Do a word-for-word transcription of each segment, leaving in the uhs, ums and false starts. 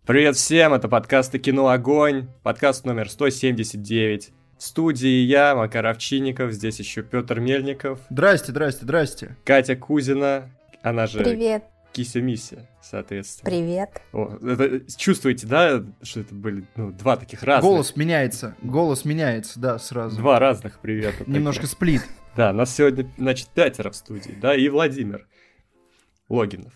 Привет всем, это подкаст «Кино Огонь», подкаст номер сто семьдесят девять. В студии я, Макар Овчинников, здесь еще Петр Мельников. Здрасте, здрасте, здрасте. Катя Кузина, она же Привет. Кися-Мися, соответственно. Привет. О, это, чувствуете, да, что это были ну, два таких разных? Голос меняется, голос меняется, да, сразу. Два разных привета. Немножко таких. Сплит. Да, нас сегодня, значит, пятеро в студии, да, и Владимир Логинов.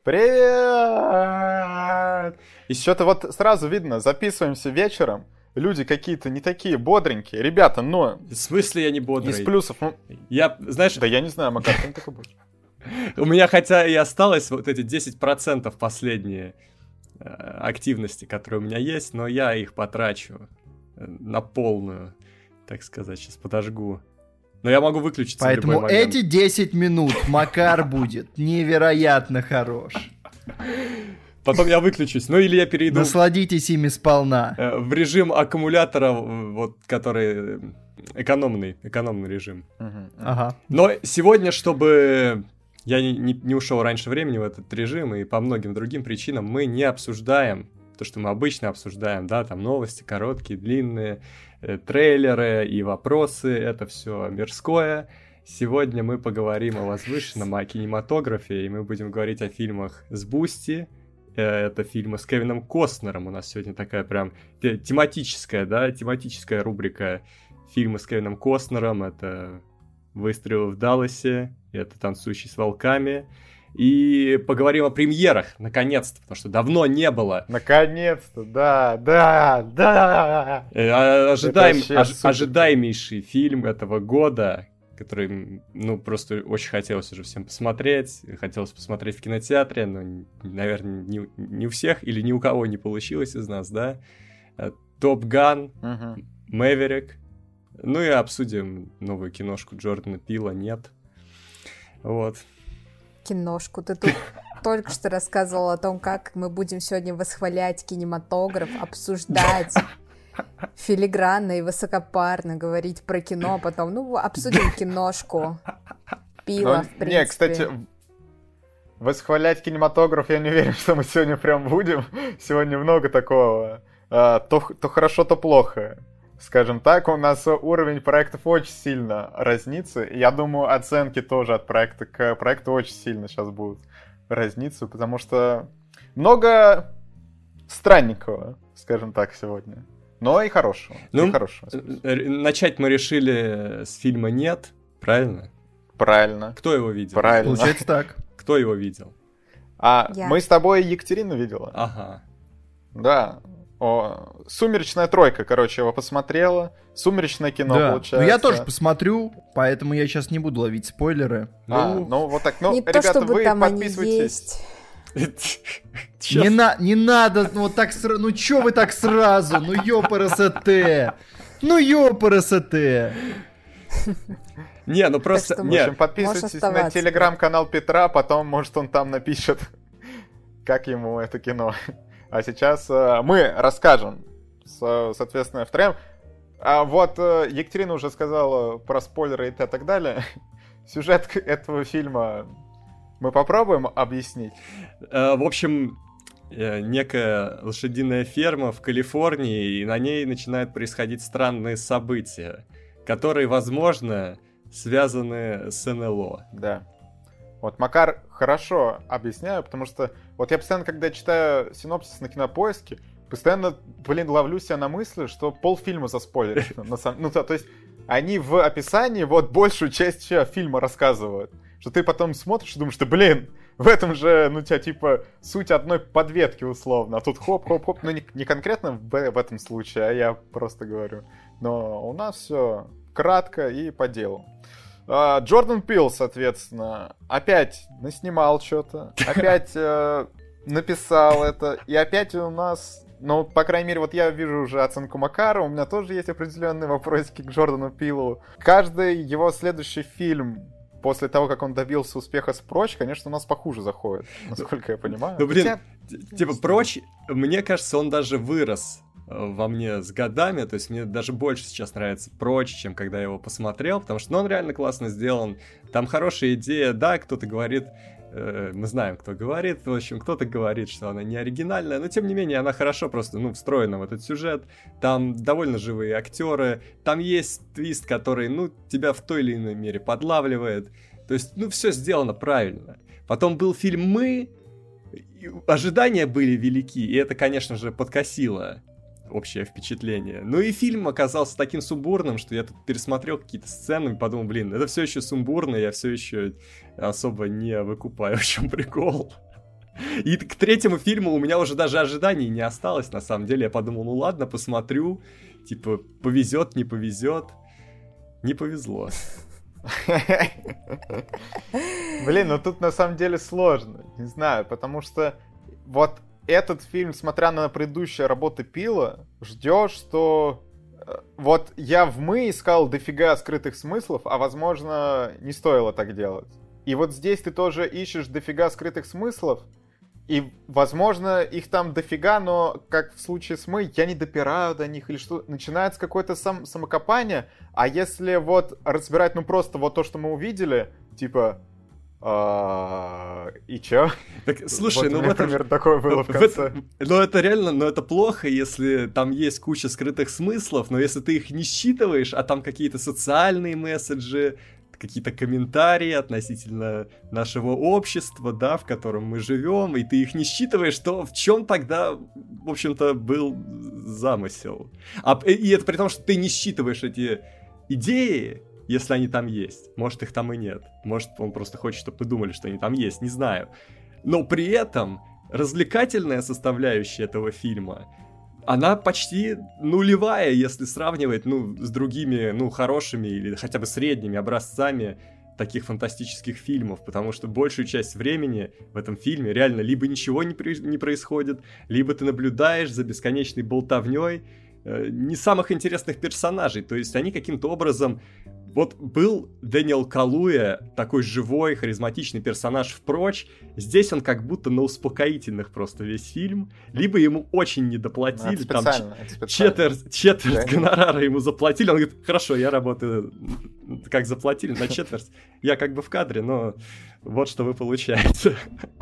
Привет! И что-то вот сразу видно, записываемся вечером, люди какие-то не такие бодренькие. Ребята, ну... В смысле я не бодрый? Из плюсов... Ну... Я, знаешь... Да я не знаю, Макар, ты такой будешь. У меня хотя и осталось вот эти десять процентов последние э, активности, которые у меня есть, но я их потрачу на полную, так сказать, сейчас подожгу. Но я могу выключиться в любой Поэтому момент. эти десять минут Макар будет невероятно хорош. Потом я выключусь, ну или я перейду... Насладитесь ими сполна. э, В режим аккумулятора, вот, который экономный, экономный режим. Мгм. Ага. Но сегодня, чтобы я не, не, не ушел раньше времени в этот режим, и по многим другим причинам мы не обсуждаем то, что мы обычно обсуждаем, да, там новости короткие, длинные, э, трейлеры и вопросы, это все мирское. Сегодня мы поговорим о возвышенном, о кинематографе, и мы будем говорить о фильмах с Бусти. Э, это фильмы с Кевином Костнером. У нас сегодня такая прям те- тематическая, да, тематическая рубрика фильмы с Кевином Костнером. Это «Выстрелы в Далласе», это «Танцующий с волками». И поговорим о премьерах, наконец-то, потому что давно не было. Наконец-то, да, да, да. Э, а- ожидаем, вообще ож- супер. ожидаемейший фильм этого года, который, ну, просто очень хотелось уже всем посмотреть. Хотелось посмотреть в кинотеатре, но, наверное, не, не у всех или ни у кого не получилось из нас, да? «Топ Ган», Мгм. «Мэверик». Ну и обсудим новую киношку Джордана Пила «Нет». Вот. Киношку. Ты тут только что рассказывал о том, как мы будем сегодня восхвалять кинематограф, обсуждать филигранно и высокопарно, говорить про кино, а потом, ну, обсудим киношку. Пила, Ну, в принципе. Не, кстати, восхвалять кинематограф я не уверен, что мы сегодня прям будем. Сегодня много такого. А, то, то хорошо, то плохо. Скажем так, у нас уровень проектов очень сильно разнится. И я думаю, оценки тоже от проекта к проекту очень сильно сейчас будут разниться, потому что много странненького, скажем так, сегодня. Но и хорошего. Ну, и хорошего. Э, Начать мы решили с фильма «Нет», правильно? Правильно. Кто его видел? Правильно. Получается так. Кто его видел? А Я. мы с тобой Екатерину видела. Ага. Да. О, «Сумеречная тройка», короче, его посмотрела. «Сумеречное кино», Да. получается. Ну я тоже посмотрю, поэту я сейчас не буду ловить спойлеры. А, Ну, ну, вот так. Ну, Не ребята, то, чтобы вы там они подписывайтесь. есть. Не, на, не надо, ну вот так сразу, ну чё вы так сразу, ну ёпарасоте, ну ёпарасоте. Не, ну просто... что, В не, общем, подписывайтесь на оставаться. телеграм-канал Петра, потом, может, он там напишет, как ему это кино. А сейчас э, мы расскажем, со- соответственно, втроем. А вот э, Екатерина уже сказала про спойлеры и т- так далее. Сюжет к- этого фильма мы попробуем объяснить. э, в общем, э, некая лошадиная ферма в Калифорнии, и на ней начинают происходить странные события, которые, возможно, связаны с эн эл о. Да. Вот Макар хорошо объясняю, потому что вот я постоянно, когда читаю синопсис на Кинопоиске, постоянно, блин, ловлю себя на мысли, что полфильма заспойлерили. на самом- Ну, то, то есть они в описании вот большую часть фи- фильма рассказывают. Что ты потом смотришь и думаешь, что, блин, в этом же, ну, у тебя, типа, суть одной подветки условно. А тут хоп-хоп-хоп. Ну, не, не конкретно в, в этом случае, а я просто говорю. Но у нас все кратко и по делу. А, Джордан Пил, соответственно, опять наснимал что-то, опять э, написал это, и опять у нас, ну, по крайней мере, вот я вижу уже оценку Макара, у меня тоже есть определенные вопросики к Джордану Пилу. Каждый его следующий фильм, после того, как он добился успеха с «Прочь», конечно, у нас похуже заходит, насколько я понимаю. Ну, блин, Хотя- т- типа, «Прочь», мне кажется, он даже вырос э, во мне с годами, то есть мне даже больше сейчас нравится «Прочь», чем когда я его посмотрел, потому что ну, он реально классно сделан, там хорошая идея, да, кто-то говорит, э, мы знаем, кто говорит, в общем, кто-то говорит, что она не оригинальная, но тем не менее она хорошо просто, ну, встроена в этот сюжет, там довольно живые актеры, там есть твист, который, ну, тебя в той или иной мере подлавливает, то есть, ну, все сделано правильно. Потом был фильм «Мы», ожидания были велики, и это, конечно же, подкосило общее впечатление. Ну и фильм оказался таким сумбурным, что я тут пересмотрел какие-то сцены и подумал, блин, это все еще сумбурно, я все еще особо не выкупаю, в чем прикол. И к третьему фильму у меня уже даже ожиданий не осталось, на самом деле. Я подумал, ну ладно, посмотрю, типа, повезет, не повезет. Не повезло. Блин, ну тут на самом деле сложно, не знаю, потому что вот этот фильм, смотря на предыдущие работы Пила, ждешь, что... Вот я в «Мы» искал дофига скрытых смыслов, а, возможно, не стоило так делать. И вот здесь ты тоже ищешь дофига скрытых смыслов, и, возможно, их там дофига, но, как в случае с «Мы», я не допираю до них, или что, начинается какое-то сам, самокопание, а если вот разбирать, ну, просто вот то, что мы увидели, типа... А, и чё? Так, слушай, вот ну у меня, в этом... например, такое было в конце. Ну это реально, но это плохо, если там есть куча скрытых смыслов, но если ты их не считываешь, а там какие-то социальные месседжи, какие-то комментарии относительно нашего общества, да, в котором мы живем, и ты их не считываешь, то в чем тогда, в общем-то, был замысел? А, и это при том, что ты не считываешь эти идеи, если они там есть. Может, их там и нет. Может, он просто хочет, чтобы мы думали, что они там есть, не знаю. Но при этом развлекательная составляющая этого фильма, она почти нулевая, если сравнивать, ну, с другими, ну, хорошими или хотя бы средними образцами таких фантастических фильмов, потому что большую часть времени в этом фильме реально либо ничего не, при... не происходит, либо ты наблюдаешь за бесконечной болтовней э, не самых интересных персонажей, то есть они каким-то образом... Вот был Дэниел Калуя, такой живой, харизматичный персонаж в «Прочь». Здесь он как будто на успокоительных просто весь фильм. Либо ему очень недоплатили. Ну, это там это четверть, четверть да. гонорара ему заплатили. Он говорит, хорошо, я работаю, как заплатили, на четверть. Я как бы в кадре, но вот что вы получаете.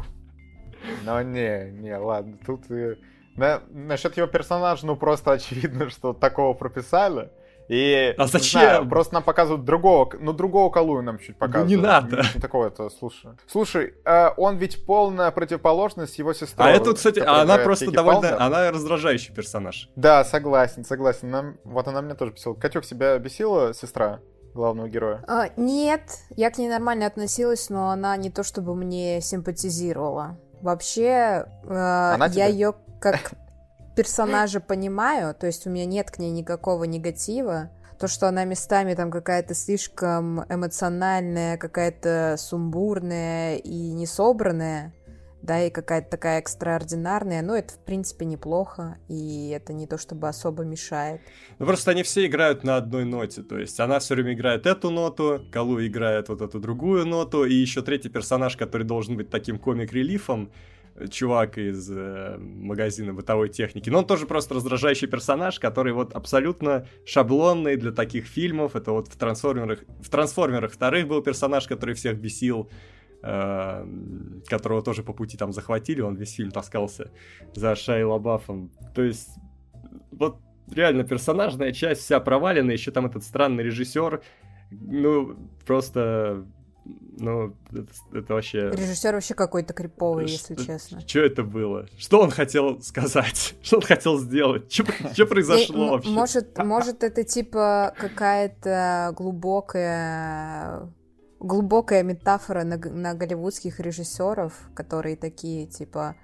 Ну не, не, ладно, тут... На, насчет его персонажа, ну просто очевидно, что такого прописали. И, а зачем? Знаю, просто нам показывают другого, ну другого Калую нам чуть показывают. Ну не надо. Не, не такого-то, слушай. Слушай, э, он ведь полная противоположность его сестры. А это, кстати, она просто довольно, Палмер. Она раздражающий персонаж. Да, согласен, согласен. Нам, вот она меня тоже бесила. Катюк, тебя бесила сестра главного героя? А, нет, я к ней нормально относилась, но она не то чтобы мне симпатизировала. Вообще, э, я ее как... персонажа понимаю, то есть у меня нет к ней никакого негатива. То, что она местами там какая-то слишком эмоциональная, какая-то сумбурная и несобранная, да, и какая-то такая экстраординарная, ну, это, в принципе, неплохо, и это не то, чтобы особо мешает. Ну, просто они все играют на одной ноте, то есть она все время играет эту ноту, Калу играет вот эту другую ноту, и еще третий персонаж, который должен быть таким комик-релифом, чувак из э, магазина бытовой техники. Но он тоже просто раздражающий персонаж, который вот абсолютно шаблонный для таких фильмов. Это вот в «Трансформерах», в «Трансформерах» вторых был персонаж, который всех бесил, э, которого тоже по пути там захватили, он весь фильм таскался за Шайей Лабафом. То есть вот реально персонажная часть вся провалена, еще там этот странный режиссер, ну просто... Ну, это, это вообще... Режиссер вообще какой-то криповый, Ш- если честно. Что это было? Что он хотел сказать? Что он хотел сделать? Что произошло вообще? Может, может, это типа какая-то глубокая... глубокая метафора на, на голливудских режиссеров, которые такие, типа...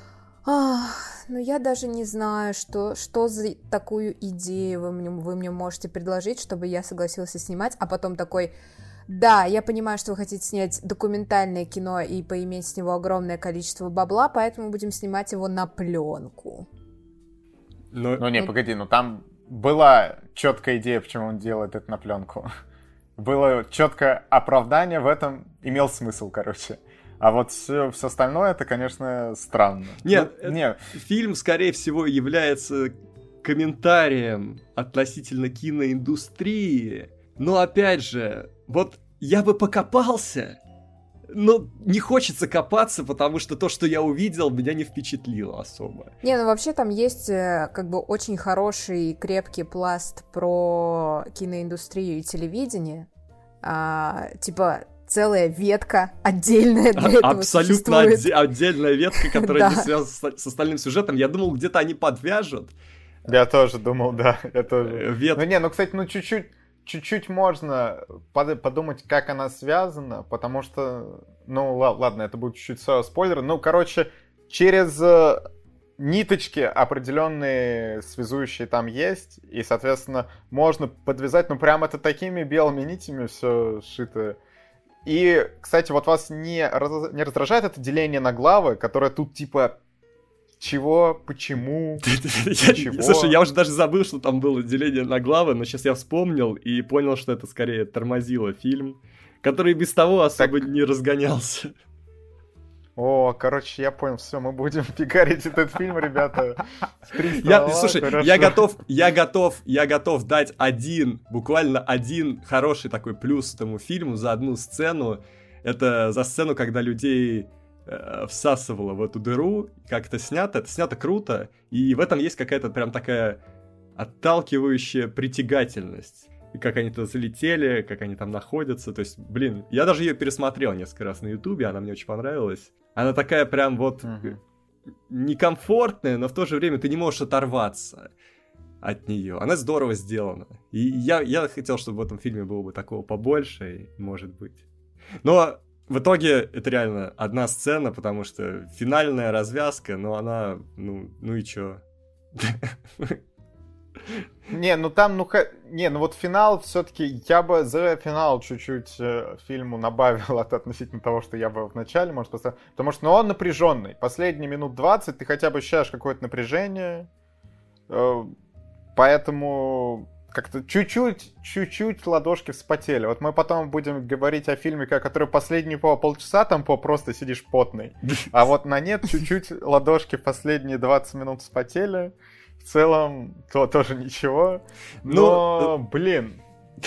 Ах, ну я даже не знаю, что, что за такую идею вы мне, вы мне можете предложить, чтобы я согласился снимать, а потом такой... Да, я понимаю, что вы хотите снять документальное кино и поиметь с него огромное количество бабла, поэтому будем снимать его на пленку. Но... Ну не, погоди, ну там была четкая идея, почему он делает это на пленку. Было четкое оправдание, в этом имел смысл, короче. А вот все, все остальное, это, конечно, странно. Нет, ну, нет, фильм, скорее всего, является комментарием относительно киноиндустрии. Но, опять же, вот я бы покопался ну, не хочется копаться, потому что то, что я увидел, меня не впечатлило особо. Не, ну вообще там есть как бы очень хороший, крепкий пласт про киноиндустрию и телевидение. А, типа целая ветка отдельная для этого абсолютно существует. отде- отдельная ветка, которая не связана с, с остальным сюжетом. Я думал, где-то они подвяжут. Я тоже думал, да, я тоже. Вет... Ну не, ну, кстати, ну чуть-чуть, чуть-чуть можно под- подумать, как она связана, потому что, ну ла- ладно, это будет чуть-чуть спойлер. Ну, короче, через э, ниточки определенные связующие там есть, и, соответственно, можно подвязать, ну, прям это такими белыми нитями все сшито. И, кстати, вот вас не, раз- не раздражает это деление на главы, которое тут типа чего, почему, чего? Слушай, я уже даже забыл, что там было деление на главы, но сейчас я вспомнил и понял, что это скорее тормозило фильм, который без того особо Так... не разгонялся. О, короче, я понял, все, мы будем пигарить этот фильм, ребята. Я, слушай, хорошо. я готов, я готов, я готов дать один, буквально один хороший такой плюс этому фильму за одну сцену. Это за сцену, когда людей э, всасывало в эту дыру, как это снято, это снято круто, и в этом есть какая-то прям такая отталкивающая притягательность. И как они туда залетели, как они там находятся. То есть, блин, я даже ее пересмотрел несколько раз на Ютубе, она мне очень понравилась. Она такая прям вот uh-huh. некомфортная, но в то же время ты не можешь оторваться от нее. Она здорово сделана. И я, я хотел, чтобы в этом фильме было бы такого побольше, может быть. Но в итоге это реально одна сцена, потому что финальная развязка, но она, ну, ну и чё? Не, ну там, ну, не, ну вот финал все-таки, я бы за финал чуть-чуть э, фильму добавил от относительно того, что я бы в начале, может, поставил. Потому что, ну, он напряженный. Последние минут двадцать ты хотя бы ощущаешь какое-то напряжение. Э, поэтому как-то чуть-чуть, чуть-чуть ладошки вспотели. Вот мы потом будем говорить о фильме, который последние по полчаса там по просто сидишь потный. А вот на нет, чуть-чуть ладошки последние двадцать минут вспотели. В целом, то тоже ничего. Но, ну, блин.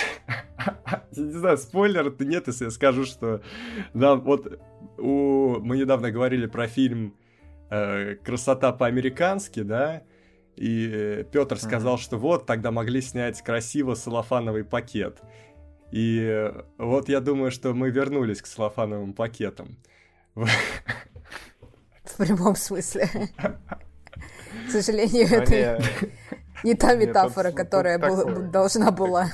Я не знаю, спойлер-то нет, если я скажу, что... Да, вот у... мы недавно говорили про фильм э, «Красота по-американски», да? И Петр сказал, mm-hmm. что вот, тогда могли снять красиво целлофановый пакет. И вот я думаю, что мы вернулись к целлофановым пакетам. В прямом смысле. К сожалению, но это не, не та метафора, не, тут, которая тут была, должна была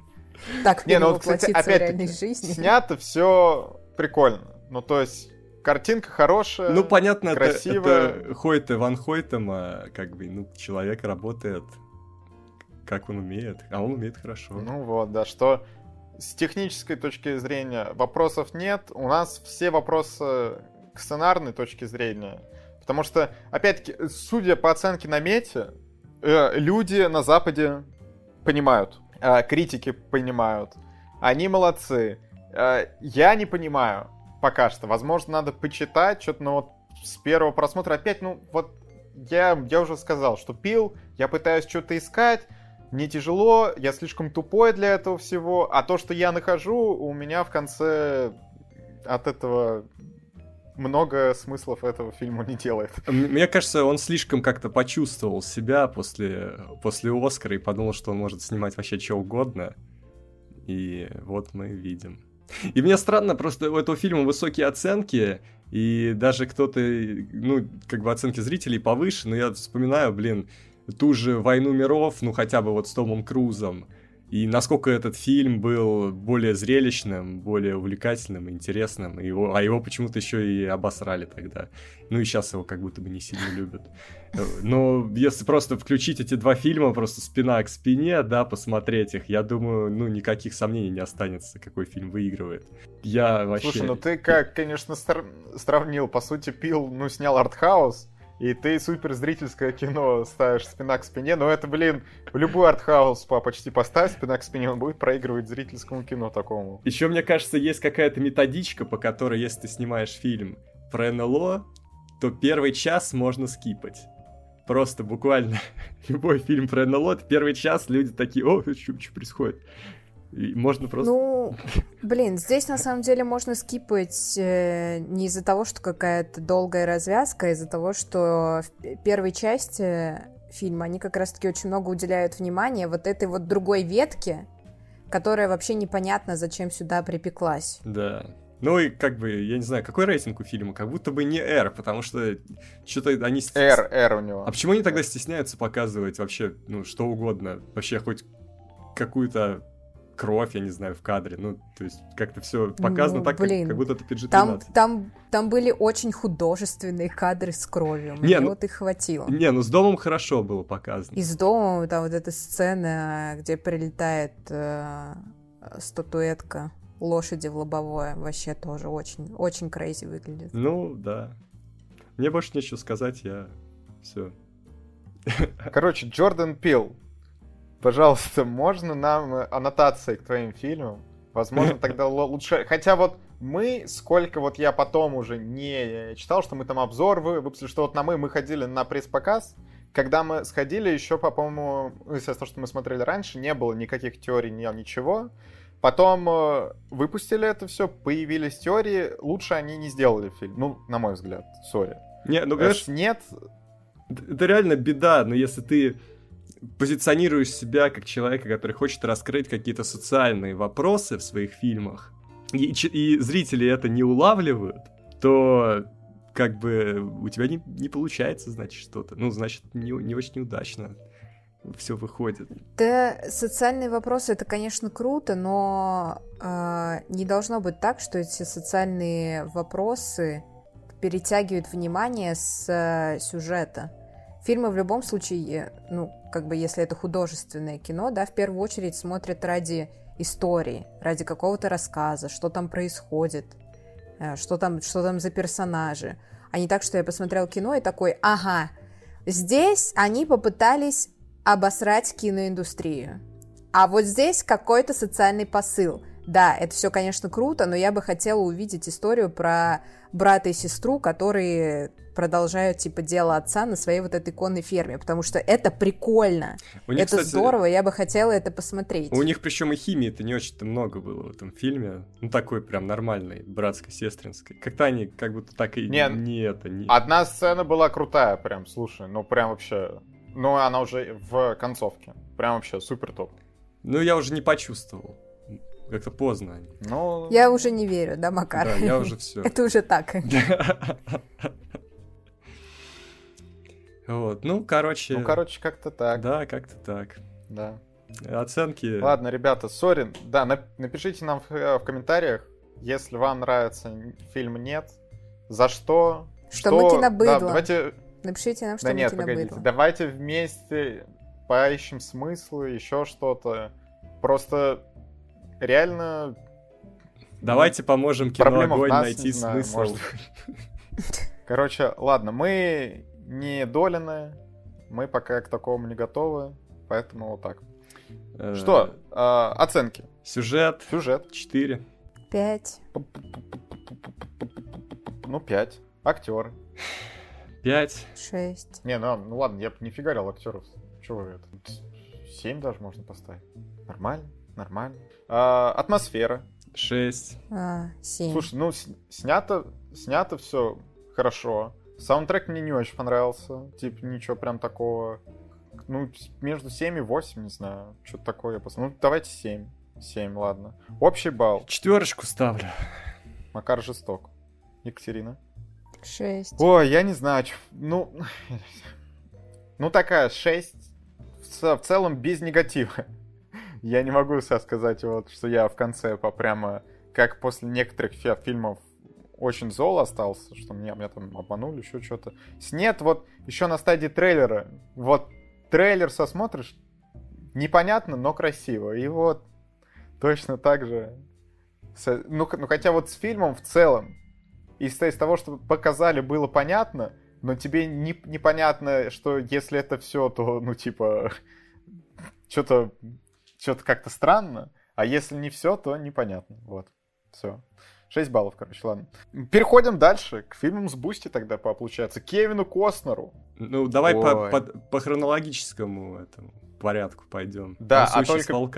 так не, ну, воплотиться кстати, в реальной жизни. Снято все прикольно. Ну, то есть, картинка хорошая, ну, понятно, красивая. Это, это Хойте ван Хойтема, как бы, ну, человек работает, как он умеет, а он умеет хорошо. Ну вот, да, что с технической точки зрения вопросов нет. У нас все вопросы к сценарной точке зрения. Потому что, опять-таки, судя по оценке на Мете, э, люди на Западе понимают, э, критики понимают, они молодцы. Э, я не понимаю пока что. Возможно, надо почитать что-то, но вот с первого просмотра опять, ну, вот я, я уже сказал, что пил, я пытаюсь что-то искать, мне тяжело, я слишком тупой для этого всего, а то, что я нахожу, у меня в конце от этого... много смыслов этого фильма не делает. Мне кажется, он слишком как-то почувствовал себя после, после Оскара и подумал, что он может снимать вообще что угодно. И вот мы видим. И мне странно, просто у этого фильма высокие оценки, и даже кто-то, ну, как бы оценки зрителей повыше, но я вспоминаю, блин, ту же «Войну миров», ну, хотя бы вот с Томом Крузом, и насколько этот фильм был более зрелищным, более увлекательным, интересным, и его, а его почему-то еще и обосрали тогда. Ну и сейчас его как будто бы не сильно любят. Но если просто включить эти два фильма, просто спина к спине, да, посмотреть их, я думаю, ну никаких сомнений не останется, какой фильм выигрывает. Я вообще... Слушай, ну ты как, конечно, стар... сравнил, по сути, пил, ну, снял артхаус, и ты супер зрительское кино ставишь спина к спине, но это, блин, любой артхаус по почти поставь спина к спине, он будет проигрывать зрительскому кино такому. Еще, мне кажется, есть какая-то методичка, по которой, если ты снимаешь фильм про эн эл о, то первый час можно скипать. Просто буквально любой фильм про эн эл о, первый час люди такие, о, что происходит? И можно просто... Ну, блин, здесь на самом деле можно скипать э, не из-за того, что какая-то долгая развязка, а из-за того, что в первой части фильма они как раз-таки очень много уделяют внимания вот этой вот другой ветке, которая вообще непонятно, зачем сюда припеклась. Да. Ну и как бы, я не знаю, какой рейтинг у фильма? Как будто бы не R, потому что что-то они... R, R у него. А почему они тогда стесняются показывать вообще, ну, что угодно? Вообще хоть какую-то кровь, я не знаю, в кадре. Ну, то есть как-то все показано Ну, так, как, блин, как будто это пи джи Там, тринадцать. там, там были очень художественные кадры с кровью. Не, Мне ну- вот их хватило. Не, ну с домом хорошо было показано. Из дома, там вот эта сцена, где прилетает э, статуэтка лошади в лобовое, вообще тоже очень, очень крейзи выглядит. Ну, да. Мне больше нечего сказать, я... Все. Короче, Джордан Пил, пожалуйста, можно нам аннотации к твоим фильмам? Возможно, тогда л- лучше... Хотя вот мы, сколько вот я потом уже не читал, что мы там обзор вы- выпустили, что вот на мы, мы ходили на пресс-показ. Когда мы сходили, еще, по-моему, ну, из-за того, что мы смотрели раньше, не было никаких теорий, ни ничего. Потом э, выпустили это все, появились теории, лучше они не сделали фильм. Ну, на мой взгляд, сори. Не, ну, Э, понимаешь, Нет, это реально беда, но если ты позиционируешь себя как человека, который хочет раскрыть какие-то социальные вопросы в своих фильмах, и, ч- и зрители это не улавливают, то как бы у тебя не, не получается, значит, что-то. Ну, значит, не, не очень удачно все выходит. Да, социальные вопросы это, конечно, круто, но э, не должно быть так, что эти социальные вопросы перетягивают внимание с э, сюжета. Фильмы в любом случае, ну, как бы, если это художественное кино, да, в первую очередь смотрят ради истории, ради какого-то рассказа, что там происходит, э, что там, что там за персонажи. А не так, что я посмотрел кино и такой, ага, здесь они попытались обосрать киноиндустрию. А вот здесь какой-то социальный посыл. Да, это все, конечно, круто, но я бы хотела увидеть историю про брата и сестру, которые продолжают, типа, дело отца на своей вот этой конной ферме, потому что это прикольно. У них, Это кстати, здорово, я бы хотела это посмотреть. У них причем и химии-то не очень-то много было в этом фильме. Ну, такой прям нормальной, братско-сестринской. Как-то они как будто так и Не, не это... Не... одна сцена была крутая, прям, слушай, ну прям вообще... Ну, она уже в концовке. Прям вообще супер топ. Ну, я уже не почувствовал. Как-то поздно. Ну... Я уже не верю, да, Макар? Да, я уже все. Это уже так. Вот, ну, короче... Ну, короче, как-то так. Да, как-то так. Да. Оценки... Ладно, ребята, сори. Да, нап- напишите нам в, в комментариях, если вам нравится фильм «Нет», за что... Что мы кинобыдло. Да, давайте... Напишите нам, что Да мы нет, кинобыдло. погодите. Давайте вместе поищем смыслы, еще что-то. Просто реально... Давайте поможем кино Проблема в «Огонь» нас, найти не знаю, смысл. может Короче, ладно, мы не Долины, мы пока к такому не готовы, поэтому вот так. Э, Что? Э, оценки. Сюжет. Сюжет. четыре. Пять. Ну, пять. Актеры. пять. Шесть. Не, ну, ну ладно, я бы не фигарил актеров. Чего вы это? семь даже можно поставить. Нормально, нормально. А, атмосфера. шесть. А, семь. Слушай, ну, с- снято, снято все хорошо. Саундтрек мне не очень понравился. Типа, ничего прям такого. Ну, с- между семь и восемь, не знаю. Что-то такое я посмотрел. Ну, давайте семь. семь, ладно. Общий балл. Четверочку ставлю. Макар жесток. Екатерина. Шесть. Ой, я не знаю. чё- Ну, ну такая, шесть. В, ц- в целом без негатива. Я не могу сейчас сказать, вот, что я в конце по прямо, как после некоторых фи- фильмов, очень зол остался, что меня, меня там обманули, еще что-то. Нет, вот еще на стадии трейлера. Вот трейлер сосмотришь, непонятно, но красиво. И вот точно так же. С- Ну, х- ну хотя вот с фильмом в целом, из, из того, что показали, было понятно, но тебе не, непонятно, что если это все, то, ну, типа, что-то что-то как-то странно, а если не все, то непонятно. Вот, все. шесть баллов, короче, ладно. Переходим дальше, к фильмам с Бусти тогда, получается. Кевину Костнеру. Ну, давай по, Ой. по, по хронологическому этому порядку пойдем. Да, Танцующий а только- с волками.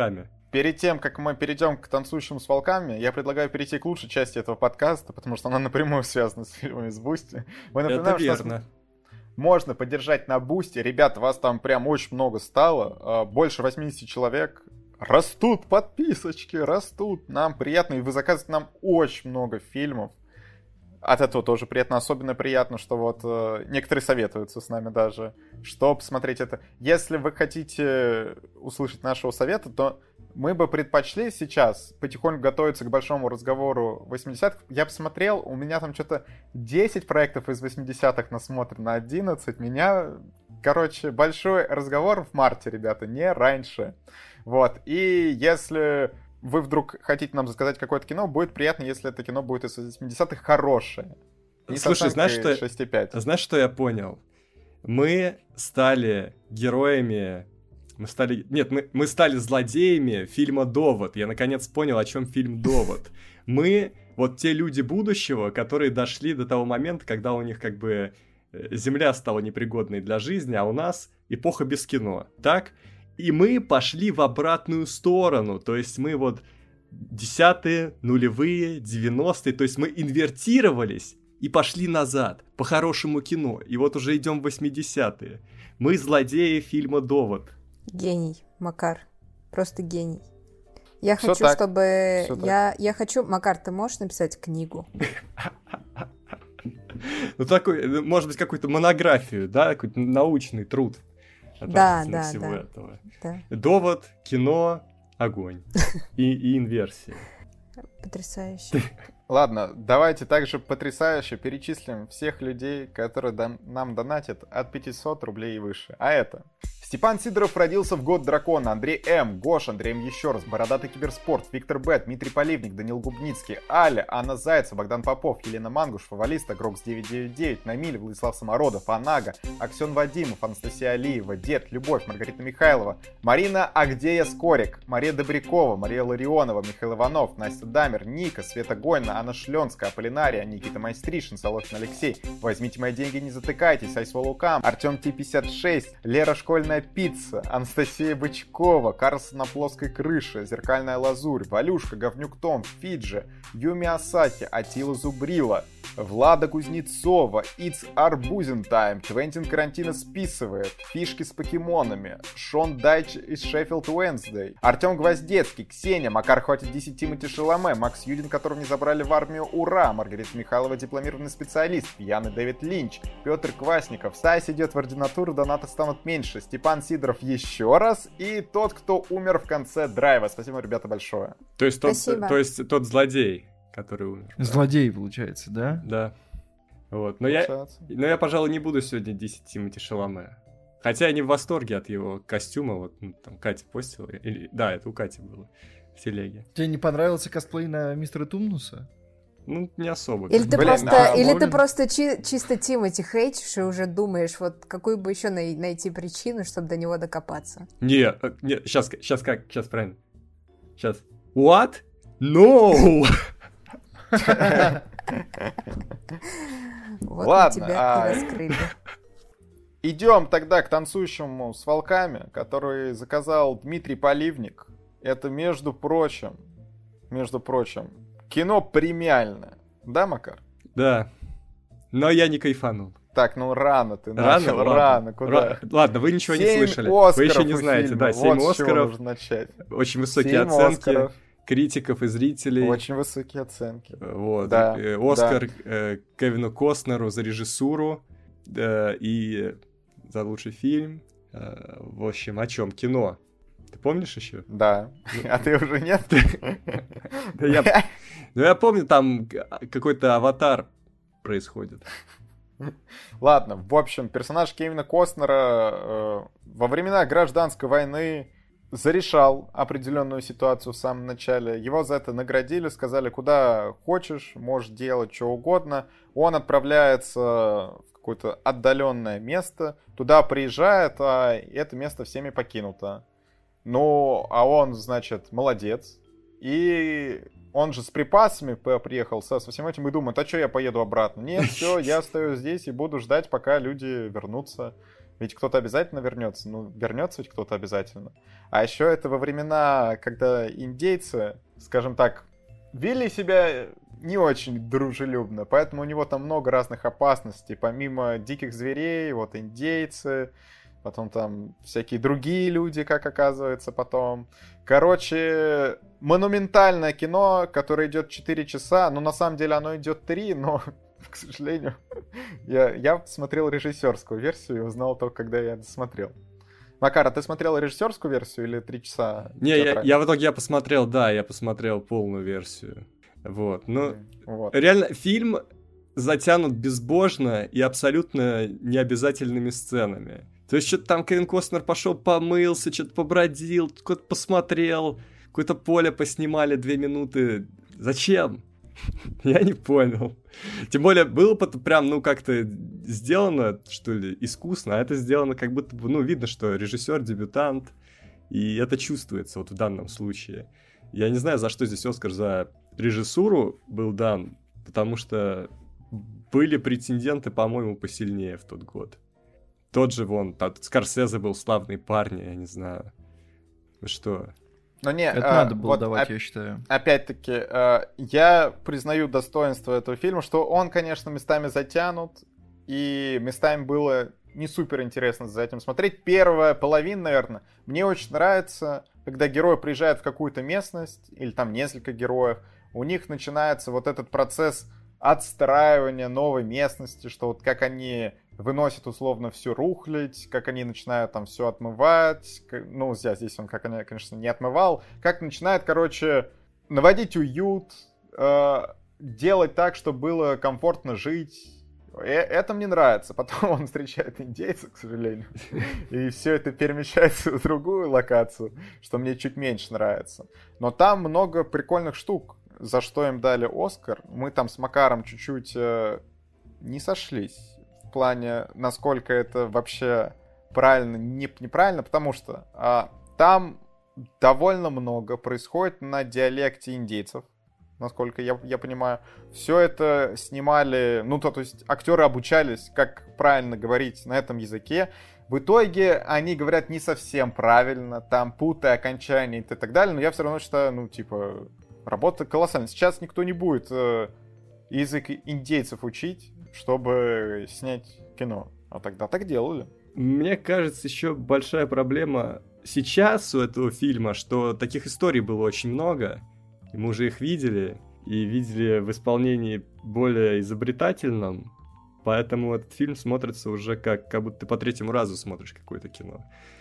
перед тем, как мы перейдем к «Танцующим с волками», я предлагаю перейти к лучшей части этого подкаста, потому что она напрямую связана с фильмами с Бусти. Мы Это верно. Можно поддержать на Бусти. Ребята, вас там прям очень много стало. Больше восемьдесят человек. Растут подписочки, растут. Нам приятно. И вы заказываете нам очень много фильмов. От этого тоже приятно. Особенно приятно, что вот э, некоторые советуются с нами даже, что посмотреть это. Если вы хотите услышать нашего совета, то мы бы предпочли сейчас потихоньку готовиться к большому разговору восьмидесятых. Я посмотрел, у меня там что-то десять проектов из восьмидесятых насмотрено, одиннадцать. Меня, короче, большой разговор в марте, ребята, не раньше. Вот, и если вы вдруг хотите нам заказать какое-то кино, будет приятно, если это кино будет из восьмидесятых хорошее. Не Слушай, знаешь что, шесть и пять. знаешь, что я понял? Мы стали героями... Мы стали... Нет, мы, мы стали злодеями фильма «Довод». Я наконец понял, о чем фильм «Довод». Мы вот те люди будущего, которые дошли до того момента, когда у них как бы земля стала непригодной для жизни, а у нас эпоха без кино. Так? И мы пошли в обратную сторону. То есть мы вот десятые, нулевые, девяностые. То есть мы инвертировались и пошли назад по хорошему кино. И вот уже идем в восьмидесятые. Мы злодеи фильма «Довод». Гений, Макар. Просто гений. Я Всё хочу, так. чтобы... Всё Я, я хочу... Макар, ты можешь написать книгу? Ну, такой, может быть, какую-то монографию, да, какой-то научный труд. Да, относительно да, всего да. этого. Да. Довод, кино, огонь. И, и инверсия. Потрясающе. Ладно, давайте также потрясающе перечислим всех людей, которые дон- нам донатят от пятисот рублей и выше. А это... Степан Сидоров родился в год дракона, Андрей М, Гош, Андреем еще раз, Бородатый Киберспорт, Виктор Б, Дмитрий Поливник, Данил Губницкий, Аля, Анна Зайцева, Богдан Попов, Елена Мангуш, Фавалиста, Грокс девятьсот девяносто девять, Намиль, Владислав Самородов, Анага, Аксен Вадимов, Анастасия Алиева, Дед, Любовь, Маргарита Михайлова, Марина Агдея Скорик, Мария Добрякова, Мария Ларионова, Михаил Иванов, Настя Дамер, Ника, Света Гойна, Анна Шленская, Аполлинария, Никита Майстришин, Солохин Алексей, Возьмите мои деньги, не затыкайтесь, Айсва Лукам, Артем Ти пятьдесят шесть, Лера Школьная Пицца, Анастасия Бычкова, Карсон на плоской крыше, Зеркальная лазурь, Валюшка, Говнюк Том, Фиджи, Юми Асаки, Атила Зубрила, Влада Кузнецова, It's Арбузин Тайм, Квентин Карантино списывает, Фишки с покемонами, Шон Дайч из Шеффилд Уэнсдей, Артем Гвоздецкий, Ксения, Макар хватит десять, Тимати Шаломе, Макс Юдин, которого не забрали в армию, ура, Маргарита Михайлова, дипломированный специалист, пьяный Дэвид Линч, Петр Квасников, Стась идет в ординатуру, донаты станут меньше, Степан Сидоров еще раз, и тот, кто умер в конце драйва. Спасибо, ребята, большое. То есть тот, Спасибо. то есть тот злодей, который умер. да. Злодей, получается, да? Да. Вот. Но я, Получается. но я, пожалуй, не буду сегодня десять Тимоти Шаломе. Хотя я не в восторге от его костюма. Вот ну, там Катя постила. Или, да, это у Кати было в телеге. Тебе не понравился косплей на мистера Тумнуса? Ну, не особо. Или ты Блин, просто, а или ты Бовлин? просто чи- чисто Тимати хейтишь и уже думаешь, вот какую бы еще най- найти причину, чтобы до него докопаться. Не, э, не, сейчас, сейчас как, сейчас правильно. Сейчас. What? No! Вот Ладно, мы тебя а- и раскрыли. Идем тогда к танцующему с волками, который заказал Дмитрий Поливник. Это, между прочим, между прочим, кино премиальное. Да, Макар? Да. Но я не кайфанул. Так, ну рано ты Рано? начал, Ладно. рано, куда? Ра- Ладно, вы ничего не Семь слышали. Вы еще Оскаров не у знаете. фильма. Да, семь Вот с чего Оскаров, нужно начать. очень высокие Семь оценки Оскаров. критиков и зрителей. Очень высокие оценки. Вот. Да, Э, Оскар э, Кевину Костнеру за режиссуру э, и за лучший фильм. Э, В общем, о чем? Кино. Ты помнишь еще? Да. А ты уже нет? Да я, ну, я помню, там к- какой-то аватар происходит. Ладно, в общем, персонаж Кевина Костнера э, во времена гражданской войны зарешал определенную ситуацию в самом начале. Его за это наградили, сказали, куда хочешь, можешь делать что угодно. Он отправляется в какое-то отдаленное место, туда приезжает, а это место всеми покинуто. Ну, а он, значит, молодец. И он же с припасами п- приехал со, со всем этим и думает, а что я поеду обратно? Нет, все, я остаюсь здесь и буду ждать, пока люди вернутся. Ведь кто-то обязательно вернется. Ну, вернется ведь кто-то обязательно. А еще это во времена, когда индейцы, скажем так, вели себя не очень дружелюбно. Поэтому у него там много разных опасностей. Помимо диких зверей, вот индейцы, потом там всякие другие люди, как оказывается потом. Короче, монументальное кино, которое идет четыре часа. Ну, на самом деле оно идет три, но... К сожалению, я, я смотрел режиссерскую версию и узнал только, когда я досмотрел. Макар, а ты смотрел режиссерскую версию или три часа? Не, я, я в итоге я посмотрел, да, я посмотрел полную версию. Вот, ну, вот. Реально, фильм затянут безбожно и абсолютно необязательными сценами. То есть, что-то там Кевин Костнер пошел помылся, что-то побродил, куда-то посмотрел, какое-то поле поснимали две минуты. Зачем? Я не понял. Тем более, было прям, ну, как-то сделано, что ли, искусно, а это сделано как будто бы, ну, видно, что режиссер, дебютант, и это чувствуется вот в данном случае. Я не знаю, за что здесь Оскар за режиссуру был дан, потому что были претенденты, по-моему, посильнее в тот год. Тот же, вон, тот Скорсезе был «Славные парни», я не знаю. Вы что... Но не, это а, надо было вот давать, оп- я считаю. Опять-таки, а, я признаю достоинство этого фильма, что он, конечно, местами затянут, и местами было не супер интересно за этим смотреть. Первая половина, наверное, мне очень нравится, когда герой приезжает в какую-то местность, или там несколько героев, у них начинается вот этот процесс отстраивания новой местности, что вот как они выносят условно всю рухлядь, как они начинают там все отмывать, ну, здесь, здесь он, как они, конечно, не отмывал, как начинает, короче, наводить уют, э, делать так, чтобы было комфортно жить. Это мне нравится. Потом он встречает индейцев, к сожалению, и все это перемещается в другую локацию, что мне чуть меньше нравится. Но там много прикольных штук, за что им дали Оскар. Мы там с Макаром чуть-чуть э, не сошлись в плане, насколько это вообще правильно, не, неправильно, потому что э, там довольно много происходит на диалекте индейцев, насколько я, я понимаю. Все это снимали, ну, то, то есть актеры обучались, как правильно говорить на этом языке. В итоге они говорят не совсем правильно, там путая окончания и так далее, но я все равно считаю, ну, типа, работа колоссальная. Сейчас никто не будет э, язык индейцев учить, чтобы снять кино. А тогда так делали. Мне кажется, еще большая проблема сейчас у этого фильма, что таких историй было очень много, и мы уже их видели, и видели в исполнении более изобретательном, поэтому этот фильм смотрится уже как, как будто ты по третьему разу смотришь какое-то кино.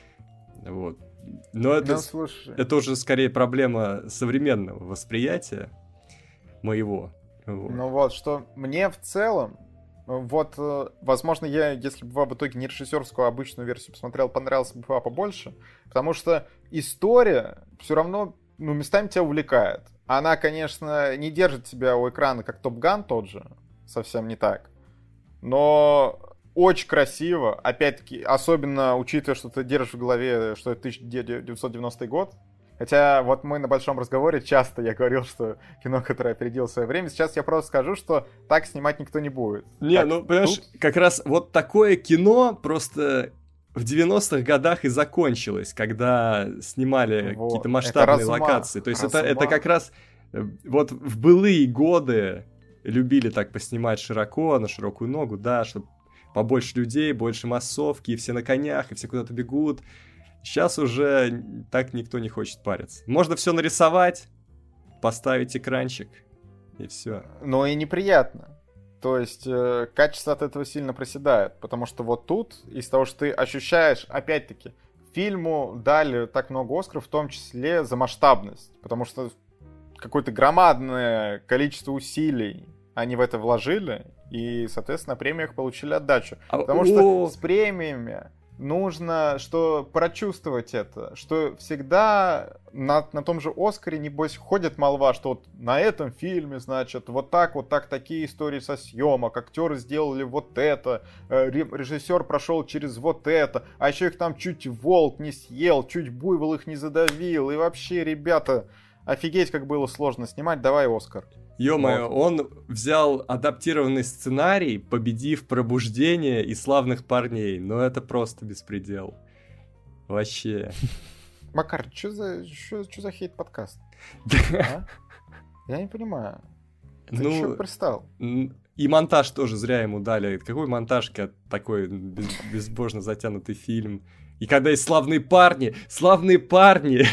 Вот. Но это, ну, это уже скорее проблема современного восприятия моего. Вот. Ну вот, что мне в целом, вот, возможно, я, если бы в итоге не режиссерскую, а обычную версию посмотрел, понравилось бы побольше, потому что история все равно, ну, местами тебя увлекает. Она, конечно, не держит тебя у экрана, как Топ Ган тот же, совсем не так, но очень красиво, опять-таки, особенно учитывая, что ты держишь в голове, что это тысяча девятьсот девяностый год. Хотя вот мы на большом разговоре часто я говорил, что кино, которое опередило свое время. Сейчас я просто скажу, что так снимать никто не будет. Не, так, ну, понимаешь, тут... как раз вот такое кино просто в девяностых годах и закончилось, когда снимали вот, какие-то масштабные локации. То есть это, это как раз вот в былые годы любили так поснимать широко, на широкую ногу, да, чтобы побольше людей, больше массовки, и все на конях, и все куда-то бегут. Сейчас уже так никто не хочет париться. Можно все нарисовать, поставить экранчик, и все. Но и неприятно. То есть э, качество от этого сильно проседает. Потому что вот тут, из того, что ты ощущаешь, опять-таки, фильму дали так много Оскаров, в том числе за масштабность. Потому что какое-то громадное количество усилий они в это вложили, и, соответственно, на премиях получили отдачу. А, Потому о- что с премиями нужно что прочувствовать это, что всегда на, на том же Оскаре, небось, ходит молва, что вот на этом фильме, значит, вот так, вот так, такие истории со съемок, актеры сделали вот это, режиссер прошел через вот это, а еще их там чуть волк не съел, чуть буйвол их не задавил, и вообще, ребята, офигеть, как было сложно снимать, давай Оскар. Ё-моё, он взял адаптированный сценарий, победив «Пробуждение» и «Славных парней». Но это просто беспредел. Вообще. Макар, что за, что, что за хейт-подкаст? А? Я не понимаю. Ты Ну, чё пристал? н- и монтаж тоже зря ему дали. Какой монтаж, когда такой без- безбожно затянутый фильм? И когда есть «Славные парни», «Славные парни».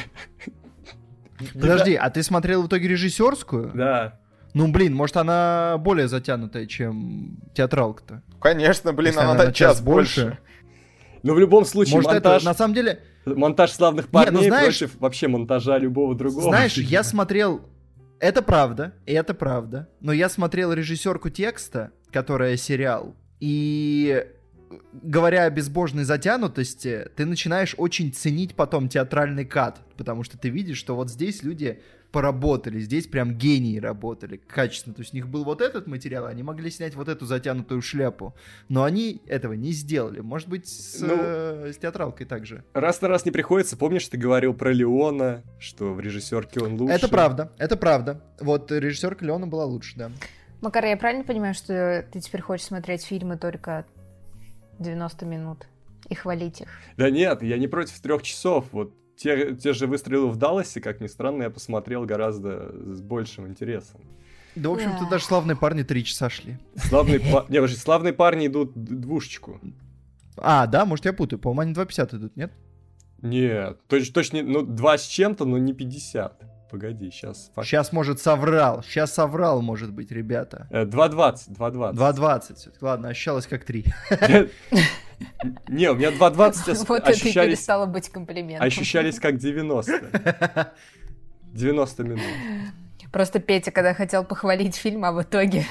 Подожди, а ты смотрел в итоге режиссерскую? Да. Ну, блин, может, она более затянутая, чем театралка-то? Конечно, блин, Если она она на час больше. Но в любом случае Может, монтаж, это на самом деле... монтаж «Славных Не, ну парней» знаешь- против вообще монтажа любого другого. Знаешь, фильма. я смотрел... Это правда, и это правда. Но я смотрел режиссерку текста, которая сериал, и говоря о безбожной затянутости, ты начинаешь очень ценить потом театральный кат, потому что ты видишь, что вот здесь люди поработали, здесь прям гении работали качественно. То есть у них был вот этот материал, они могли снять вот эту затянутую шляпу, но они этого не сделали. Может быть, с, Ну, э, с театралкой также. Раз на раз не приходится. Помнишь, ты говорил про Леона, что в режиссерке он лучше? Это правда, это правда. Вот режиссерка Леона была лучше, да. Макар, я правильно понимаю, что ты теперь хочешь смотреть фильмы только девяносто минут и хвалить их? Да нет, я не против трех часов. Вот те, те же «Выстрелы в Далласе», как ни странно, я посмотрел гораздо с большим интересом. Да, в общем-то, Да. даже «Славные парни» три часа шли. Славные, па- не, подожди, «Славные парни» идут д- двушечку. А, да, может, я путаю. По-моему, они два пятьдесят идут, нет? Нет, точ- точно, не- ну, два с чем-то, но не пятьдесят. Погоди, сейчас. Сейчас, может, соврал. Сейчас соврал, может быть, ребята. два двадцать, два двадцать. два двадцать. Ладно, ощущалось как три. Не, у меня два двадцать Вот это и ощущались, перестало быть комплиментом. ощущались как девяносто. девяносто минут. Просто Петя, когда хотел похвалить фильм, а в итоге...